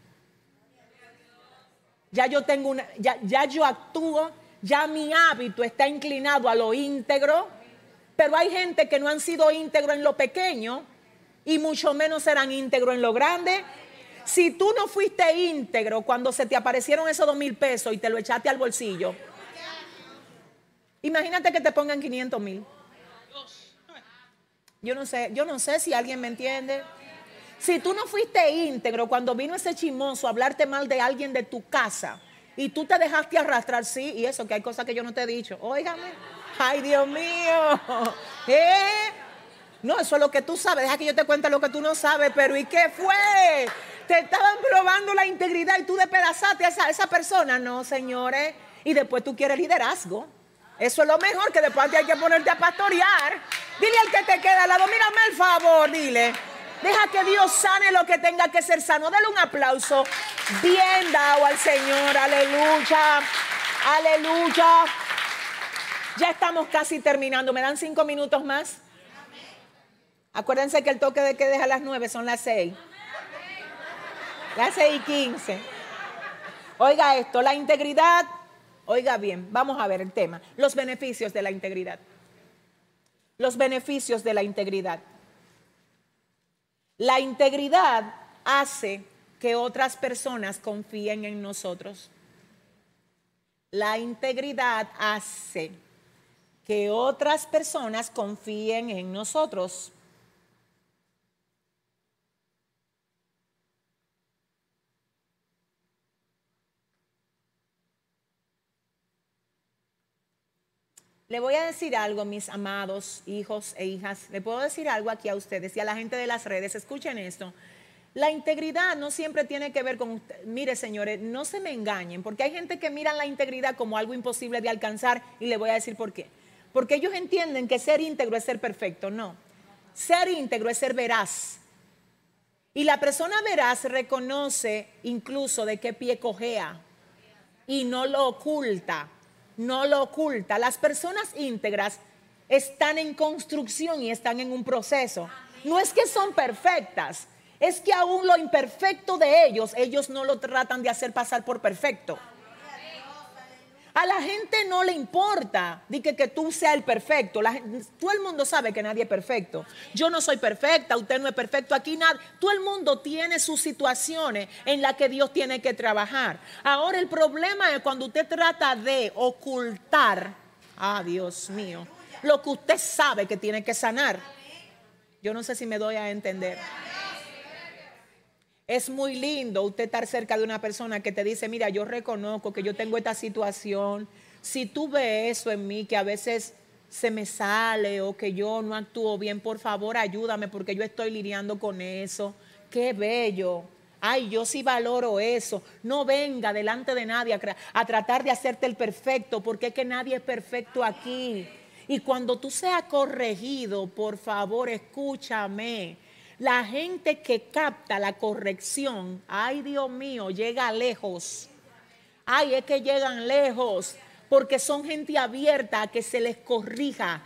ya yo tengo ya yo actúo, ya mi hábito está inclinado a lo íntegro, pero hay gente que no han sido íntegro en lo pequeño y mucho menos serán íntegros en lo grande. Si tú no fuiste íntegro cuando se te aparecieron esos 2,000 pesos y te lo echaste al bolsillo, imagínate que te pongan 500,000. Yo no sé si alguien me entiende. Si tú no fuiste íntegro cuando vino ese chismoso a hablarte mal de alguien de tu casa y tú te dejaste arrastrar, sí, y eso, que hay cosas que yo no te he dicho. Óigame, ay, Dios mío. No, eso es lo que tú sabes. Deja que yo te cuente lo que tú no sabes. Pero ¿y qué fue? Te estaban probando la integridad y tú despedazaste a esa persona. No, señores. Y después tú quieres liderazgo. Eso es lo mejor, que después hay que ponerte a pastorear. Dile al que te queda al lado, mírame el favor, dile. Deja que Dios sane lo que tenga que ser sano. Dale un aplauso bien dado al Señor. Aleluya. Aleluya. Ya estamos casi terminando. ¿Me dan 5 minutos más? Acuérdense que el toque de queda es a las 9, son las 6. Las 6:15. Oiga esto, la integridad. Oiga bien, vamos a ver el tema. Los beneficios de la integridad. Los beneficios de la integridad. La integridad hace que otras personas confíen en nosotros. La integridad hace que otras personas confíen en nosotros. Le voy a decir algo, mis amados hijos e hijas. Le puedo decir algo aquí a ustedes y a la gente de las redes. Escuchen esto. La integridad no siempre tiene que ver con usted. Mire, señores, no se me engañen, porque hay gente que mira la integridad como algo imposible de alcanzar, y le voy a decir por qué. Porque ellos entienden que ser íntegro es ser perfecto. No. Ser íntegro es ser veraz. Y la persona veraz reconoce incluso de qué pie cojea y no lo oculta. No lo oculta. Las personas íntegras están en construcción y están en un proceso. No es que son perfectas, es que aún lo imperfecto de ellos no lo tratan de hacer pasar por perfecto. A la gente no le importa que tú seas el perfecto. Todo el mundo sabe que nadie es perfecto. Yo no soy perfecta, usted no es perfecto, aquí nada. Todo el mundo tiene sus situaciones en las que Dios tiene que trabajar. Ahora el problema es cuando usted trata de ocultar, Dios mío, lo que usted sabe que tiene que sanar. Yo no sé si me doy a entender. Es muy lindo usted estar cerca de una persona que te dice, mira, yo reconozco que yo tengo esta situación. Si tú ves eso en mí, que a veces se me sale o que yo no actúo bien, por favor ayúdame porque yo estoy lidiando con eso. Qué bello. Ay, yo sí valoro eso. No venga delante de nadie a tratar de hacerte el perfecto, porque es que nadie es perfecto aquí. Y cuando tú seas corregido, por favor, escúchame. La gente que capta la corrección, ay Dios mío, llega lejos. Ay, es que llegan lejos, porque son gente abierta a que se les corrija.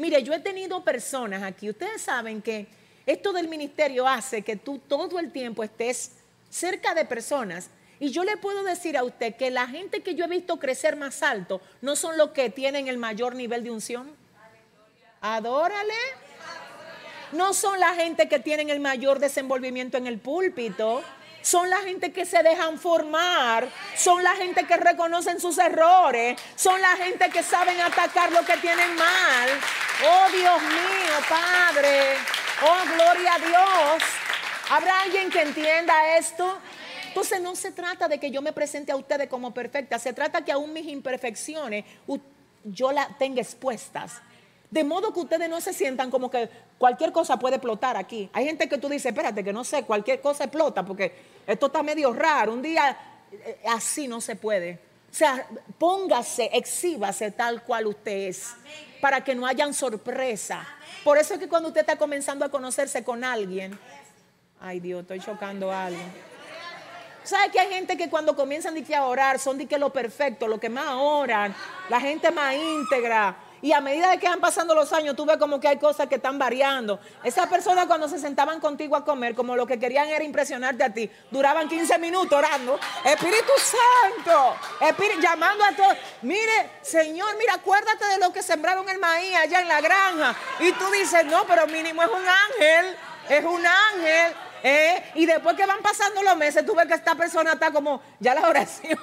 Mire, yo he tenido personas aquí, ustedes saben que esto del ministerio hace que tú todo el tiempo estés cerca de personas. Y yo le puedo decir a usted que la gente que yo he visto crecer más alto no son los que tienen el mayor nivel de unción. Adórale. No son la gente que tienen el mayor desenvolvimiento en el púlpito. Son la gente que se dejan formar. Son la gente que reconocen sus errores. Son la gente que saben atacar lo que tienen mal. Oh, Dios mío, Padre. Oh, gloria a Dios. ¿Habrá alguien que entienda esto? Entonces no se trata de que yo me presente a ustedes como perfecta. Se trata que aún mis imperfecciones yo las tenga expuestas. De modo que ustedes no se sientan como que cualquier cosa puede explotar aquí. Hay gente que tú dices, espérate, que no sé, cualquier cosa explota porque esto está medio raro. Un día así no se puede. O sea, póngase, exhíbase tal cual usted es. Amén. Para que no hayan sorpresa. Amén. Por eso es que cuando usted está comenzando a conocerse con alguien, ay Dios, estoy chocando algo. ¿Sabe que hay gente que cuando comienzan a orar son de que lo perfecto, lo que más oran, la gente más íntegra? Y a medida de que van pasando los años, tú ves como que hay cosas que están variando. Esas personas cuando se sentaban contigo a comer, como lo que querían era impresionarte a ti, duraban 15 minutos orando. Espíritu Santo, llamando a todos. Mire, Señor, mira, acuérdate de lo que sembraron el maíz allá en la granja. Y tú dices, no, pero mínimo es un ángel, es un ángel. Y después que van pasando los meses, tú ves que esta persona está como, ya las oraciones.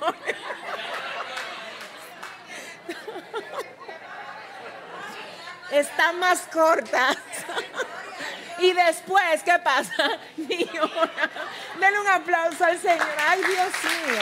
Están más cortas. Y después, ¿qué pasa? Denle un aplauso al Señor. Ay, Dios mío,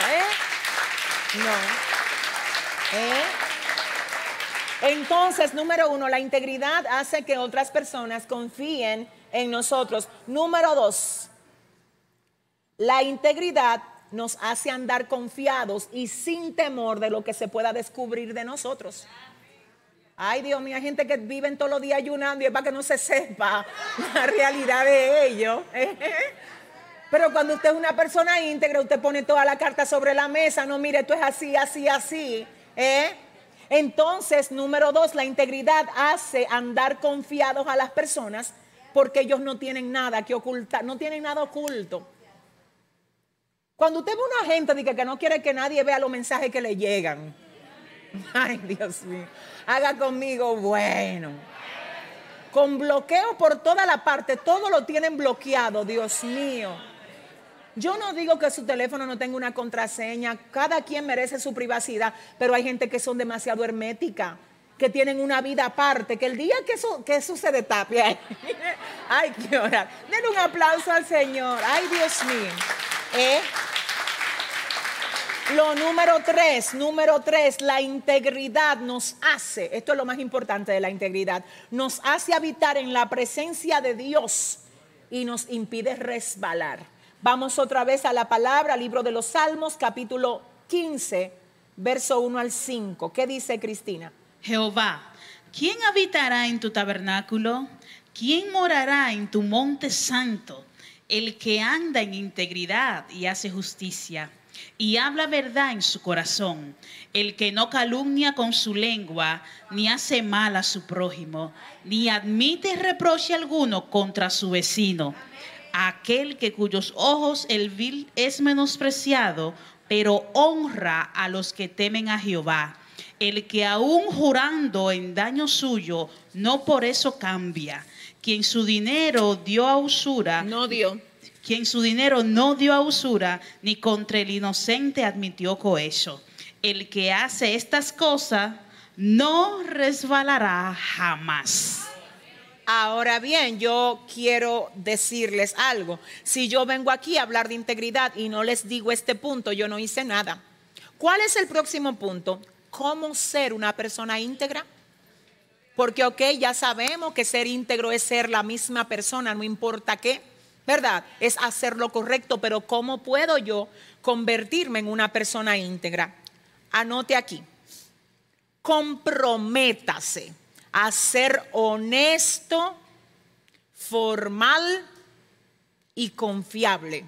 No. Entonces, número 1, la integridad hace que otras personas confíen en nosotros. Número 2, la integridad nos hace andar confiados y sin temor de lo que se pueda descubrir de nosotros. Ay, Dios mío, hay gente que vive todos los días ayunando y es para que no se sepa la realidad de ellos. Pero cuando usted es una persona íntegra, usted pone toda la carta sobre la mesa. No, mire, esto es así, así, así. Entonces, número 2, la integridad hace andar confiados a las personas porque ellos no tienen nada que ocultar, no tienen nada oculto. Cuando usted ve a una gente que no quiere que nadie vea los mensajes que le llegan. Ay, Dios mío. Haga conmigo, bueno. Con bloqueo por toda la parte, todo lo tienen bloqueado, Dios mío. Yo no digo que su teléfono no tenga una contraseña, cada quien merece su privacidad, pero hay gente que son demasiado herméticas, que tienen una vida aparte, que el día que eso se destape, hay que orar. Den un aplauso al Señor. Ay, Dios mío. Lo número 3, la integridad nos hace, esto es lo más importante de la integridad, nos hace habitar en la presencia de Dios y nos impide resbalar. Vamos otra vez a la palabra, libro de los Salmos, capítulo 15, verso 1 al 5. ¿Qué dice Cristina? Jehová, ¿quién habitará en tu tabernáculo? ¿Quién morará en tu monte santo? El que anda en integridad y hace justicia y habla verdad en su corazón, el que no calumnia con su lengua, ni hace mal a su prójimo, ni admite reproche alguno contra su vecino. Aquel que cuyos ojos el vil es menospreciado, pero honra a los que temen a Jehová. El que aún jurando en daño suyo, no por eso cambia. Quien su dinero dio a usura, quien su dinero no dio a usura, ni contra el inocente admitió cohecho. El que hace estas cosas no resbalará jamás. Ahora bien, yo quiero decirles algo. Si yo vengo aquí a hablar de integridad y no les digo este punto, yo no hice nada. ¿Cuál es el próximo punto? ¿Cómo ser una persona íntegra? Porque, ya sabemos que ser íntegro es ser la misma persona, no importa qué. ¿Verdad? Es hacer lo correcto, pero ¿cómo puedo yo convertirme en una persona íntegra? Anote aquí. Comprométase a ser honesto, formal y confiable.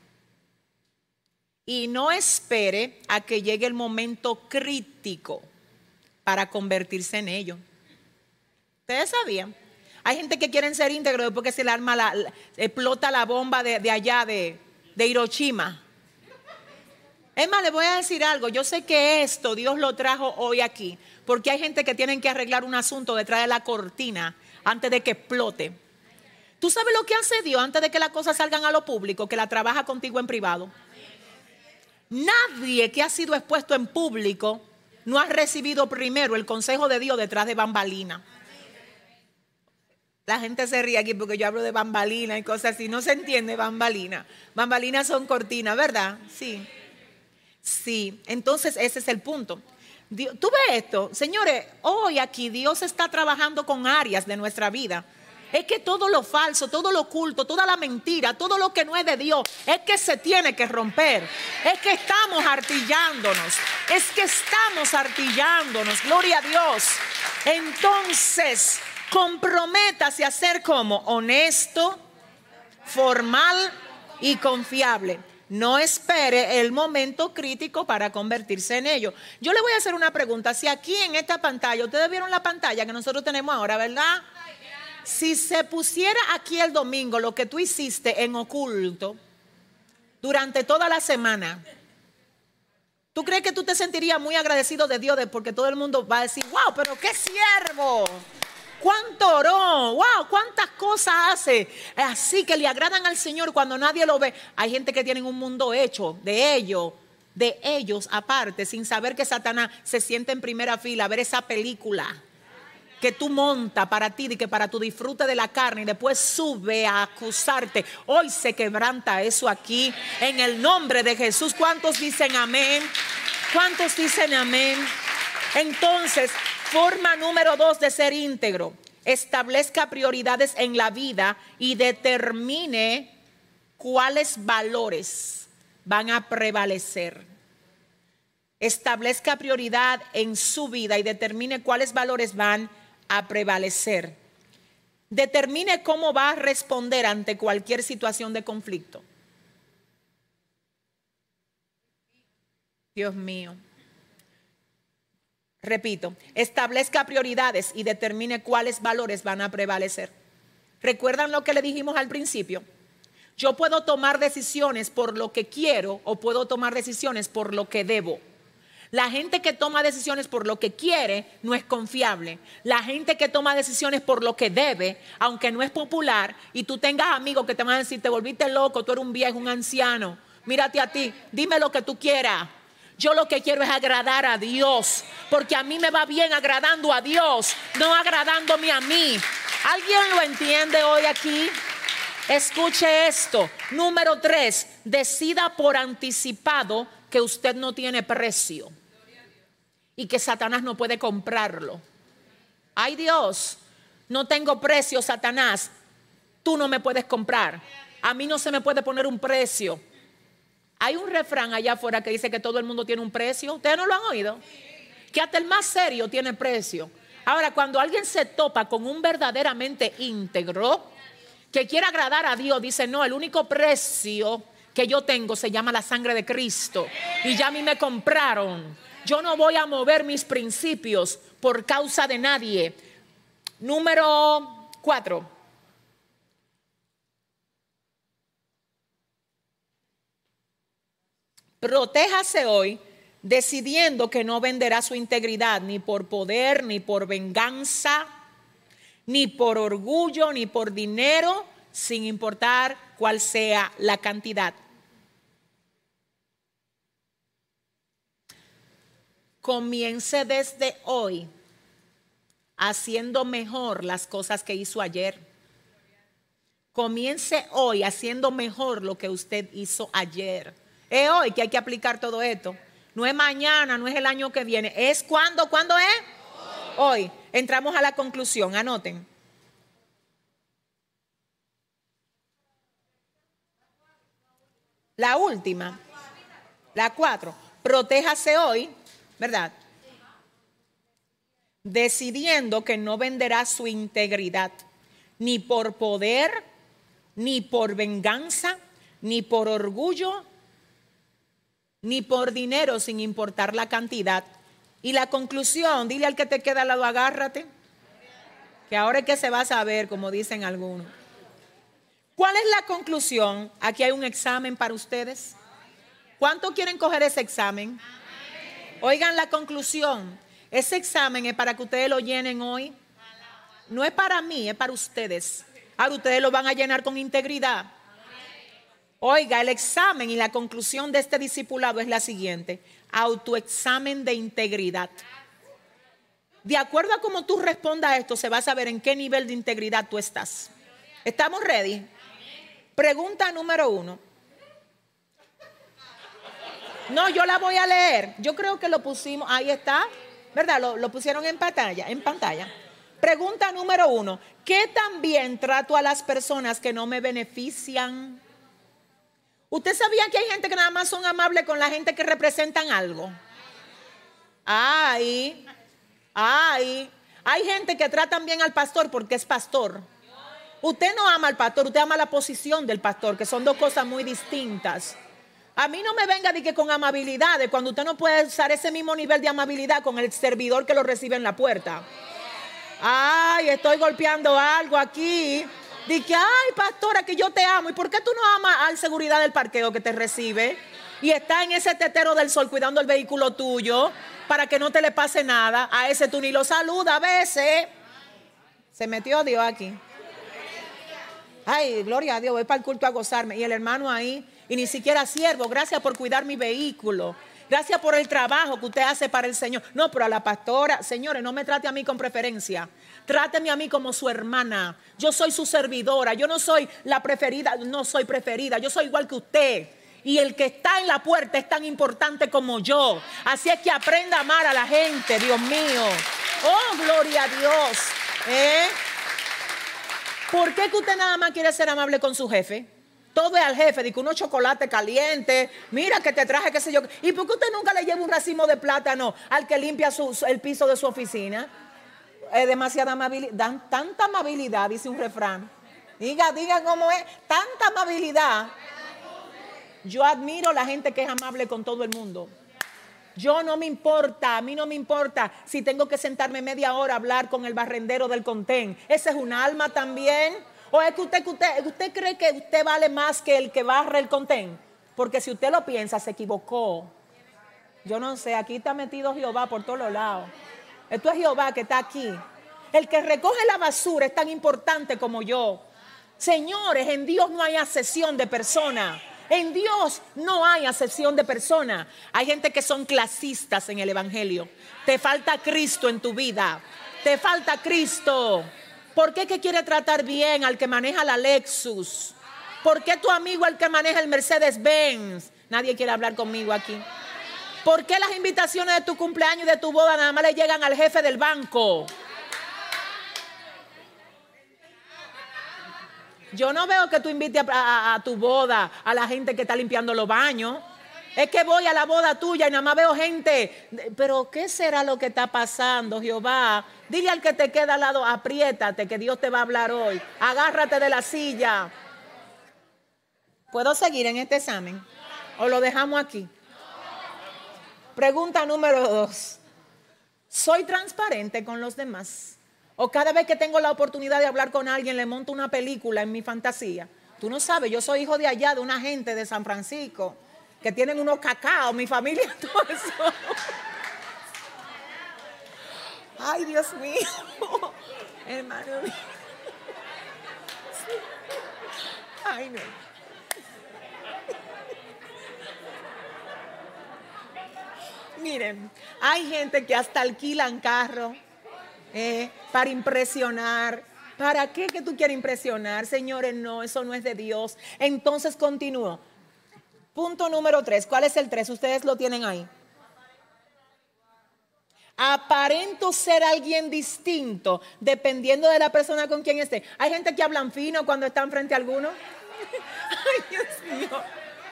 Y no espere a que llegue el momento crítico para convertirse en ello. ¿Ustedes sabían? Hay gente que quieren ser íntegros después que se le arma explota la bomba de allá de Hiroshima. Es más, les voy a decir algo. Yo sé que esto Dios lo trajo hoy aquí, porque hay gente que tienen que arreglar un asunto detrás de la cortina antes de que explote. ¿Tú sabes lo que hace Dios antes de que las cosas salgan a lo público? Que la trabaja contigo en privado. Nadie que ha sido expuesto en público no ha recibido primero el consejo de Dios detrás de bambalina. La gente se ríe aquí porque yo hablo de bambalina y cosas así. No se entiende bambalina. Bambalinas son cortinas, ¿verdad? Sí. Sí, entonces ese es el punto. ¿Tú ves esto? Señores, hoy aquí Dios está trabajando con áreas de nuestra vida. Es que todo lo falso, todo lo oculto, toda la mentira, todo lo que no es de Dios, es que se tiene que romper. Es que estamos artillándonos. Gloria a Dios. Entonces, comprométase a ser como honesto, formal y confiable. No espere el momento crítico para convertirse en ello. Yo le voy a hacer una pregunta. Si aquí en esta pantalla, ustedes vieron la pantalla que nosotros tenemos ahora, ¿verdad? Si se pusiera aquí el domingo lo que tú hiciste en oculto durante toda la semana, ¿tú crees que tú te sentirías muy agradecido de Dios porque todo el mundo va a decir, wow, pero qué siervo? ¿Cuánto oró? ¡Wow! ¿Cuántas cosas hace? Así que le agradan al Señor cuando nadie lo ve. Hay gente que tiene un mundo hecho de ellos aparte, sin saber que Satanás se siente en primera fila a ver esa película que tú montas para ti y que para tu disfrute de la carne y después sube a acusarte. Hoy se quebranta eso aquí en el nombre de Jesús. ¿Cuántos dicen amén? ¿Cuántos dicen amén? Entonces, forma número 2 de ser íntegro: establezca prioridades en la vida y determine cuáles valores van a prevalecer. Establezca prioridad en su vida y determine cuáles valores van a prevalecer. Determine cómo va a responder ante cualquier situación de conflicto. Dios mío. Repito, establezca prioridades y determine cuáles valores van a prevalecer. ¿Recuerdan lo que le dijimos al principio? Yo puedo tomar decisiones por lo que quiero o puedo tomar decisiones por lo que debo. La gente que toma decisiones por lo que quiere no es confiable. La gente que toma decisiones por lo que debe, aunque no es popular, y tú tengas amigos que te van a decir, te volviste loco, tú eres un viejo, un anciano, mírate a ti, dime lo que tú quieras. Yo lo que quiero es agradar a Dios, porque a mí me va bien agradando a Dios, no agradándome a mí. ¿Alguien lo entiende hoy aquí? Escuche esto. Número 3, decida por anticipado que usted no tiene precio y que Satanás no puede comprarlo. Ay Dios, no tengo precio, Satanás, tú no me puedes comprar. A mí no se me puede poner un precio. Hay un refrán allá afuera que dice que todo el mundo tiene un precio. ¿Ustedes no lo han oído? Que hasta el más serio tiene precio. Ahora, cuando alguien se topa con un verdaderamente íntegro que quiere agradar a Dios, dice, no, el único precio que yo tengo se llama la sangre de Cristo y ya a mí me compraron. Yo no voy a mover mis principios por causa de nadie. Número 4. Protéjase hoy decidiendo que no venderá su integridad ni por poder, ni por venganza, ni por orgullo, ni por dinero, sin importar cuál sea la cantidad. Comience desde hoy haciendo mejor las cosas que hizo ayer. Comience hoy haciendo mejor lo que usted hizo ayer. Es hoy que hay que aplicar todo esto. No es mañana, no es el año que viene. Es ¿cuándo? ¿Cuándo es? Hoy. Entramos a la conclusión. Anoten. La última. La 4. Protéjase hoy, ¿verdad? Decidiendo que no venderá su integridad, ni por poder, ni por venganza, ni por orgullo, ni por dinero, sin importar la cantidad. Y la conclusión, dile al que te queda al lado, agárrate. Que ahora es que se va a saber, como dicen algunos. ¿Cuál es la conclusión? Aquí hay un examen para ustedes. ¿Cuántos quieren coger ese examen? Oigan la conclusión. Ese examen es para que ustedes lo llenen hoy. No es para mí, es para ustedes. Ahora ustedes lo van a llenar con integridad. Oiga, el examen y la conclusión de este discipulado es la siguiente: autoexamen de integridad. De acuerdo a cómo tú respondas a esto, se va a saber en qué nivel de integridad tú estás. ¿Estamos ready? Pregunta número 1. No, yo la voy a leer. Yo creo que lo pusimos, ahí está, ¿verdad? Lo pusieron en pantalla. Pregunta número 1. ¿Qué tan bien trato a las personas que no me benefician? ¿Usted sabía que hay gente que nada más son amables con la gente que representan algo? Hay gente que tratan bien al pastor porque es pastor. Usted no ama al pastor, usted ama la posición del pastor, que son dos cosas muy distintas. A mí no me venga de que con amabilidades, cuando usted no puede usar ese mismo nivel de amabilidad con el servidor que lo recibe en la puerta. Ay, estoy golpeando algo aquí. Dije, ay, pastora, que yo te amo. ¿Y por qué tú no amas al seguridad del parqueo que te recibe? Y está en ese tetero del sol cuidando el vehículo tuyo para que no te le pase nada. A ese tú ni lo saluda a veces. Se metió Dios aquí. Ay, gloria a Dios, voy para el culto a gozarme. Y el hermano ahí, y ni siquiera siervo, gracias por cuidar mi vehículo. Gracias por el trabajo que usted hace para el Señor. No, pero a la pastora, señores, no me trate a mí con preferencia. Tráteme a mí como su hermana. Yo soy su servidora. Yo no soy la preferida, no soy preferida. Yo soy igual que usted. Y el que está en la puerta es tan importante como yo. Así es que aprenda a amar a la gente, Dios mío. Oh, gloria a Dios. ¿Por qué que usted nada más quiere ser amable con su jefe? Todo es al jefe, dice unos chocolates calientes, mira que te traje, qué sé yo. ¿Y por qué usted nunca le lleva un racimo de plátano al que limpia el piso de su oficina? Es demasiada amabilidad, dan tanta amabilidad, dice un refrán. Diga cómo es, tanta amabilidad. Yo admiro a la gente que es amable con todo el mundo. A mí no me importa si tengo que sentarme media hora a hablar con el barrendero del contén. Ese es un alma también. ¿O es que usted cree que usted vale más que el que barre el contén? Porque si usted lo piensa, se equivocó. Yo no sé, aquí está metido Jehová por todos los lados. Esto es Jehová que está aquí. El que recoge la basura es tan importante como yo. Señores, en Dios no hay acepción de persona. En Dios no hay acepción de persona. Hay gente que son clasistas en el evangelio. Te falta Cristo en tu vida. Te falta Cristo. ¿Por qué que quiere tratar bien al que maneja la Lexus? ¿Por qué tu amigo al que maneja el Mercedes-Benz? Nadie quiere hablar conmigo aquí. ¿Por qué las invitaciones de tu cumpleaños y de tu boda nada más le llegan al jefe del banco? Yo no veo que tú invites a tu boda a la gente que está limpiando los baños. Es que voy a la boda tuya y nada más veo gente. Pero ¿qué será lo que está pasando, Jehová? Dile al que te queda al lado, apriétate, que Dios te va a hablar hoy. Agárrate de la silla. ¿Puedo seguir en este examen? ¿O lo dejamos aquí? Pregunta número 2. ¿Soy transparente con los demás? ¿O cada vez que tengo la oportunidad de hablar con alguien le monto una película en mi fantasía? Tú no sabes, yo soy hijo de allá, de una gente de San Francisco, que tienen unos cacaos, mi familia, todo eso. Ay, Dios mío. Hermano mío. Ay, no. Miren, hay gente que hasta alquilan carro para impresionar. ¿Para qué que tú quieres impresionar? Señores, no, eso no es de Dios. Entonces continúo. Punto número 3. ¿Cuál es el 3? Ustedes lo tienen ahí. Aparento ser alguien distinto dependiendo de la persona con quien esté. Hay gente que hablan fino cuando están frente a alguno. Ay, Dios mío.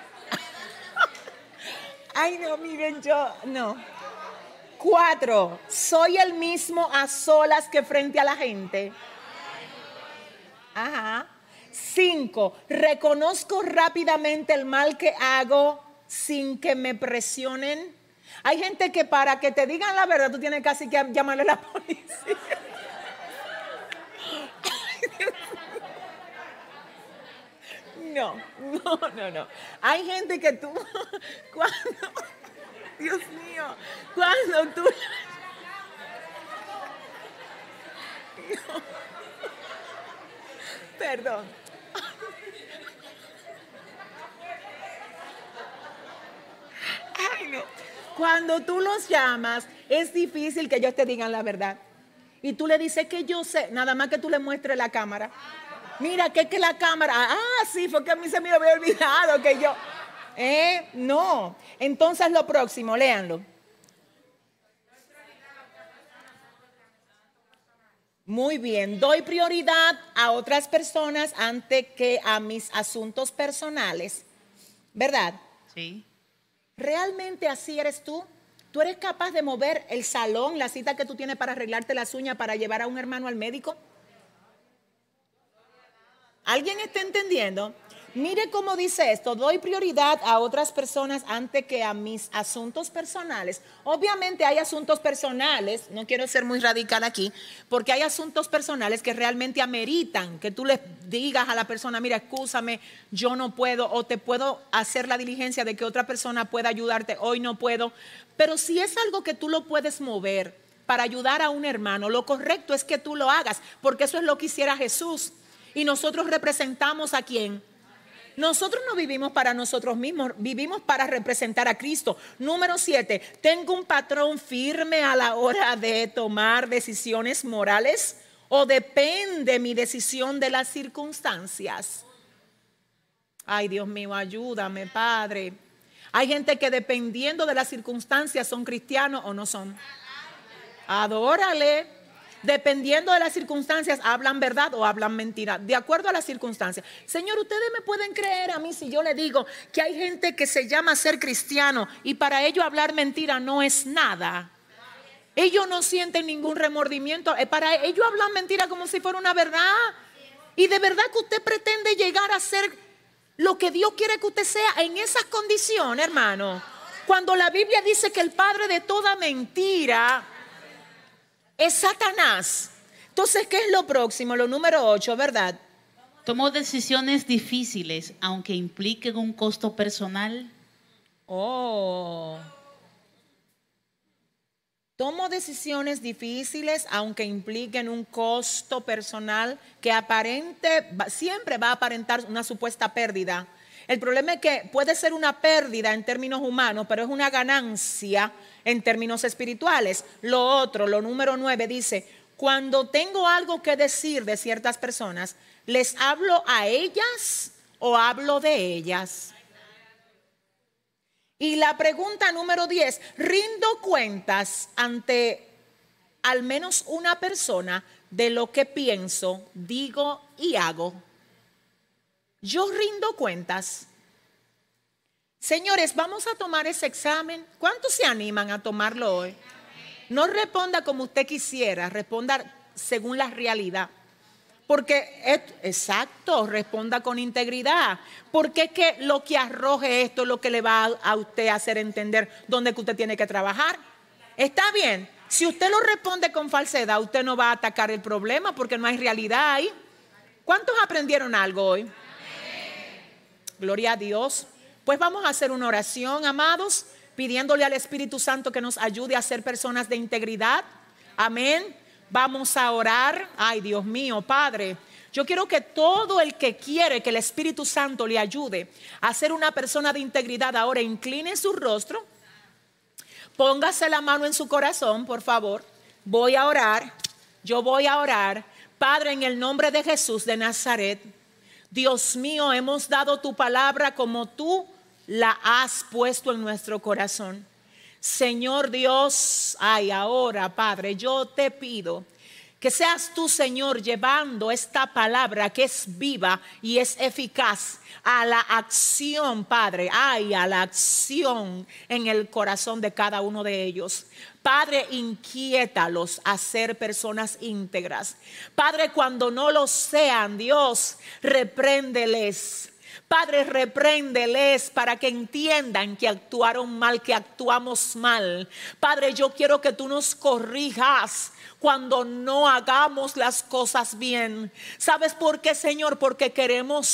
Ay, no, miren, yo, no. 4. Soy el mismo a solas que frente a la gente. Ajá. 5. Reconozco rápidamente el mal que hago sin que me presionen. Hay gente que para que te digan la verdad tú tienes casi que llamarle a la policía. No. Hay gente que tú, Dios mío, cuando tú... Perdón. Ay, no. Cuando tú los llamas, es difícil que ellos te digan la verdad. Y tú le dices que yo sé, nada más que tú le muestres la cámara. Mira, que la cámara, sí, fue que a mí se me había olvidado que yo... No. Entonces lo próximo, léanlo. Muy bien, doy prioridad a otras personas antes que a mis asuntos personales, ¿verdad? Sí. ¿Realmente así eres tú? ¿Tú eres capaz de mover el salón, la cita que tú tienes para arreglarte las uñas, para llevar a un hermano al médico? ¿Alguien está entendiendo? Mire cómo dice esto, doy prioridad a otras personas antes que a mis asuntos personales. Obviamente hay asuntos personales, no quiero ser muy radical aquí, porque hay asuntos personales que realmente ameritan que tú les digas a la persona, mira, excúsame, yo no puedo, o te puedo hacer la diligencia de que otra persona pueda ayudarte, hoy no puedo. Pero si es algo que tú lo puedes mover para ayudar a un hermano, lo correcto es que tú lo hagas, porque eso es lo que hiciera Jesús. Y nosotros representamos ¿a quién? Nosotros no vivimos para nosotros mismos, vivimos para representar a Cristo. Número 7, tengo un patrón firme a la hora de tomar decisiones morales, o depende mi decisión de las circunstancias. Ay, Dios mío, ayúdame, Padre. Hay gente que dependiendo de las circunstancias son cristianos o no son. Adórale. Dependiendo de las circunstancias, hablan verdad o hablan mentira, de acuerdo a las circunstancias. Señor, ustedes me pueden creer a mí si yo le digo que hay gente que se llama ser cristiano y para ellos hablar mentira no es nada. Ellos no sienten ningún remordimiento, para ellos hablan mentira como si fuera una verdad. Y de verdad que usted pretende llegar a ser lo que Dios quiere que usted sea en esas condiciones, hermano. Cuando la Biblia dice que el padre de toda mentira es Satanás. Entonces, ¿qué es lo próximo? Lo número 8, ¿verdad? Tomo decisiones difíciles, aunque impliquen un costo personal. Tomo decisiones difíciles, aunque impliquen un costo personal que siempre va a aparentar una supuesta pérdida. El problema es que puede ser una pérdida en términos humanos, pero es una ganancia en términos espirituales. Lo otro, lo número 9 dice, cuando tengo algo que decir de ciertas personas, ¿les hablo a ellas o hablo de ellas? Y la pregunta número 10, ¿rindo cuentas ante al menos una persona de lo que pienso, digo y hago? Yo rindo cuentas. Señores, vamos a tomar ese examen. ¿Cuántos se animan a tomarlo hoy? No responda como usted quisiera, responda según la realidad. Porque, exacto, responda con integridad. Porque es que lo que arroje esto es lo que le va a usted a hacer entender dónde que usted tiene que trabajar. ¿Está bien? Si usted lo responde con falsedad, usted no va a atacar el problema porque no hay realidad ahí. ¿Cuántos aprendieron algo hoy? Gloria a Dios. Pues vamos a hacer una oración, amados, pidiéndole al Espíritu Santo que nos ayude a ser personas de integridad. Amén. Vamos a orar. Ay, Dios mío, Padre, yo quiero que todo el que quiere que el Espíritu Santo le ayude a ser una persona de integridad ahora incline su rostro, póngase la mano en su corazón, por favor. Voy a orar. Yo voy a orar. Padre, en el nombre de Jesús de Nazaret, Dios mío, hemos dado tu palabra como tú la has puesto en nuestro corazón. Señor Dios, ahora, Padre, yo te pido que seas tú, Señor, llevando esta palabra que es viva y es eficaz a la acción, Padre, a la acción en el corazón de cada uno de ellos. Padre, inquiétalos a ser personas íntegras. Padre, cuando no lo sean, Dios, repréndeles. Padre, repréndeles para que entiendan que actuaron mal, que actuamos mal. Padre, yo quiero que tú nos corrijas cuando no hagamos las cosas bien. ¿Sabes por qué, Señor? Porque queremos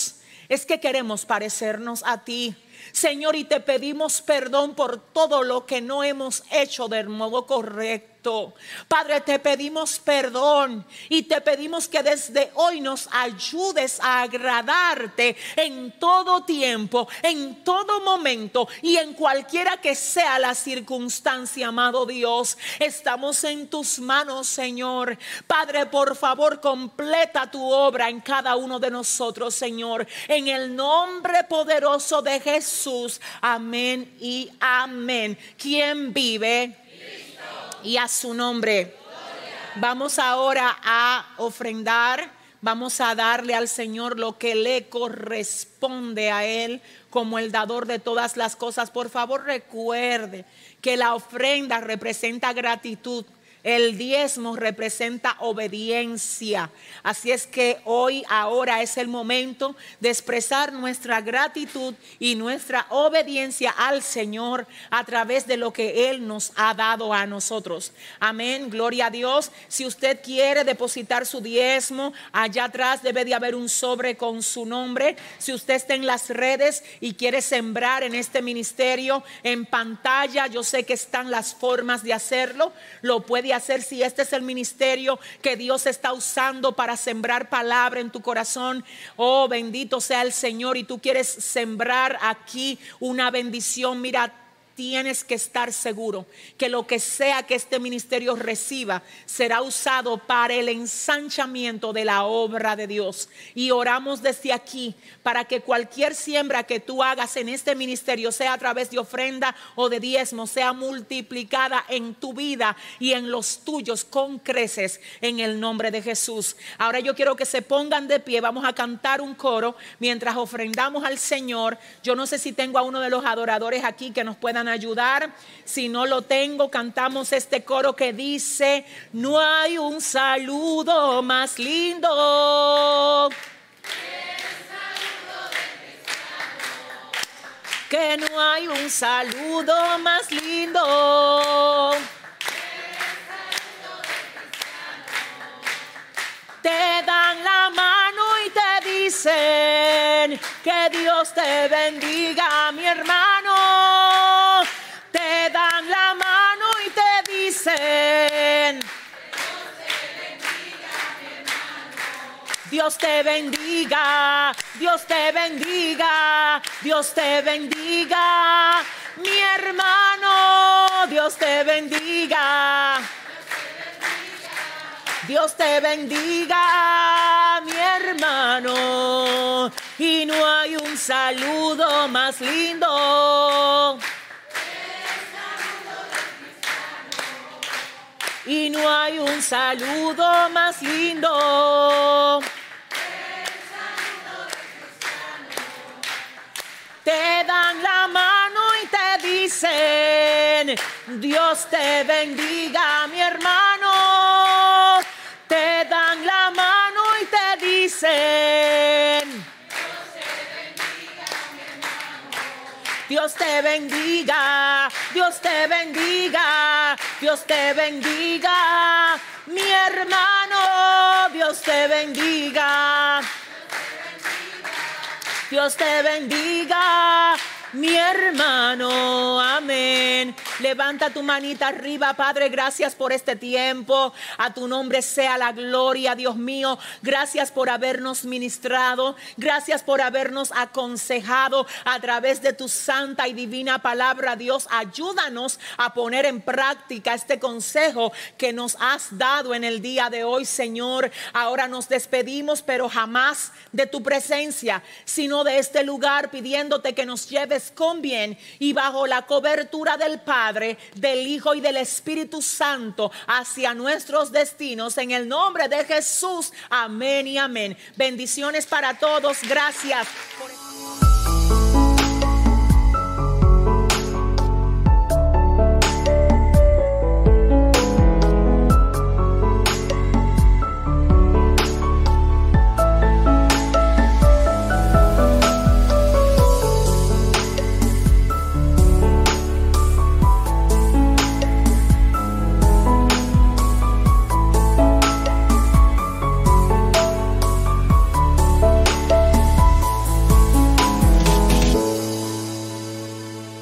es que queremos parecernos a ti, Señor, y te pedimos perdón por todo lo que no hemos hecho del modo correcto. Padre, te pedimos perdón y te pedimos que desde hoy nos ayudes a agradarte en todo tiempo, en todo momento y en cualquiera que sea la circunstancia, amado Dios. Estamos en tus manos, Señor. Padre, por favor, completa tu obra en cada uno de nosotros, Señor, en el nombre poderoso de Jesús. Amén y amén. ¿Quién vive? Y a su nombre. Vamos ahora a ofrendar. Vamos a darle al Señor lo que le corresponde a Él como el dador de todas las cosas. Por favor, recuerde que la ofrenda representa gratitud. El diezmo representa obediencia. Así es que ahora es el momento de expresar nuestra gratitud y nuestra obediencia al Señor a través de lo que Él nos ha dado a nosotros. Amén, gloria a Dios. Si usted quiere depositar su diezmo, allá atrás debe de haber un sobre con su nombre. Si usted está en las redes y quiere sembrar en este ministerio, en pantalla yo sé que están las formas de hacerlo. Lo puede hacer si este es el ministerio que Dios está usando para sembrar palabra en tu corazón. Oh, bendito sea el Señor, y tú quieres sembrar aquí una bendición. Mira, tienes que estar seguro que lo que sea que este ministerio reciba será usado para el ensanchamiento de la obra de Dios. Y oramos desde aquí para que cualquier siembra que tú hagas en este ministerio, sea a través de ofrenda o de diezmo, sea multiplicada en tu vida y en los tuyos con creces en el nombre de Jesús. Ahora yo quiero que se pongan de pie. Vamos a cantar un coro mientras ofrendamos al Señor. Yo no sé si tengo a uno de los adoradores aquí que nos puedan ayudar. Si no lo tengo, cantamos este coro que dice: no hay un saludo más lindo que no hay un saludo más lindo. Te dan la mano y te dicen que Dios te bendiga, mi hermano. Te dan la mano y te dicen: Dios te bendiga, Dios te bendiga, Dios te bendiga, mi hermano. Dios te bendiga. Dios te bendiga, mi hermano. Y no hay un saludo más lindo. Y no hay un saludo más lindo. Te dan la mano y te dicen: Dios te bendiga, mi hermano. Te dan la mano y te dicen: Dios te bendiga, Dios te bendiga, Dios te bendiga, mi hermano. Dios te bendiga. Dios te bendiga, mi hermano. Amén. Levanta tu manita arriba. Padre, gracias por este tiempo. A tu nombre sea la gloria, Dios mío. Gracias por habernos ministrado. Gracias por habernos aconsejado a través de tu santa y divina palabra. Dios, ayúdanos a poner en práctica este consejo que nos has dado en el día de hoy, Señor. Ahora nos despedimos, pero jamás de tu presencia, sino de este lugar, pidiéndote que nos lleves con bien y bajo la cobertura del Padre, del Hijo y del Espíritu Santo hacia nuestros destinos, en el nombre de Jesús. Amén y amén. Bendiciones para todos. Gracias por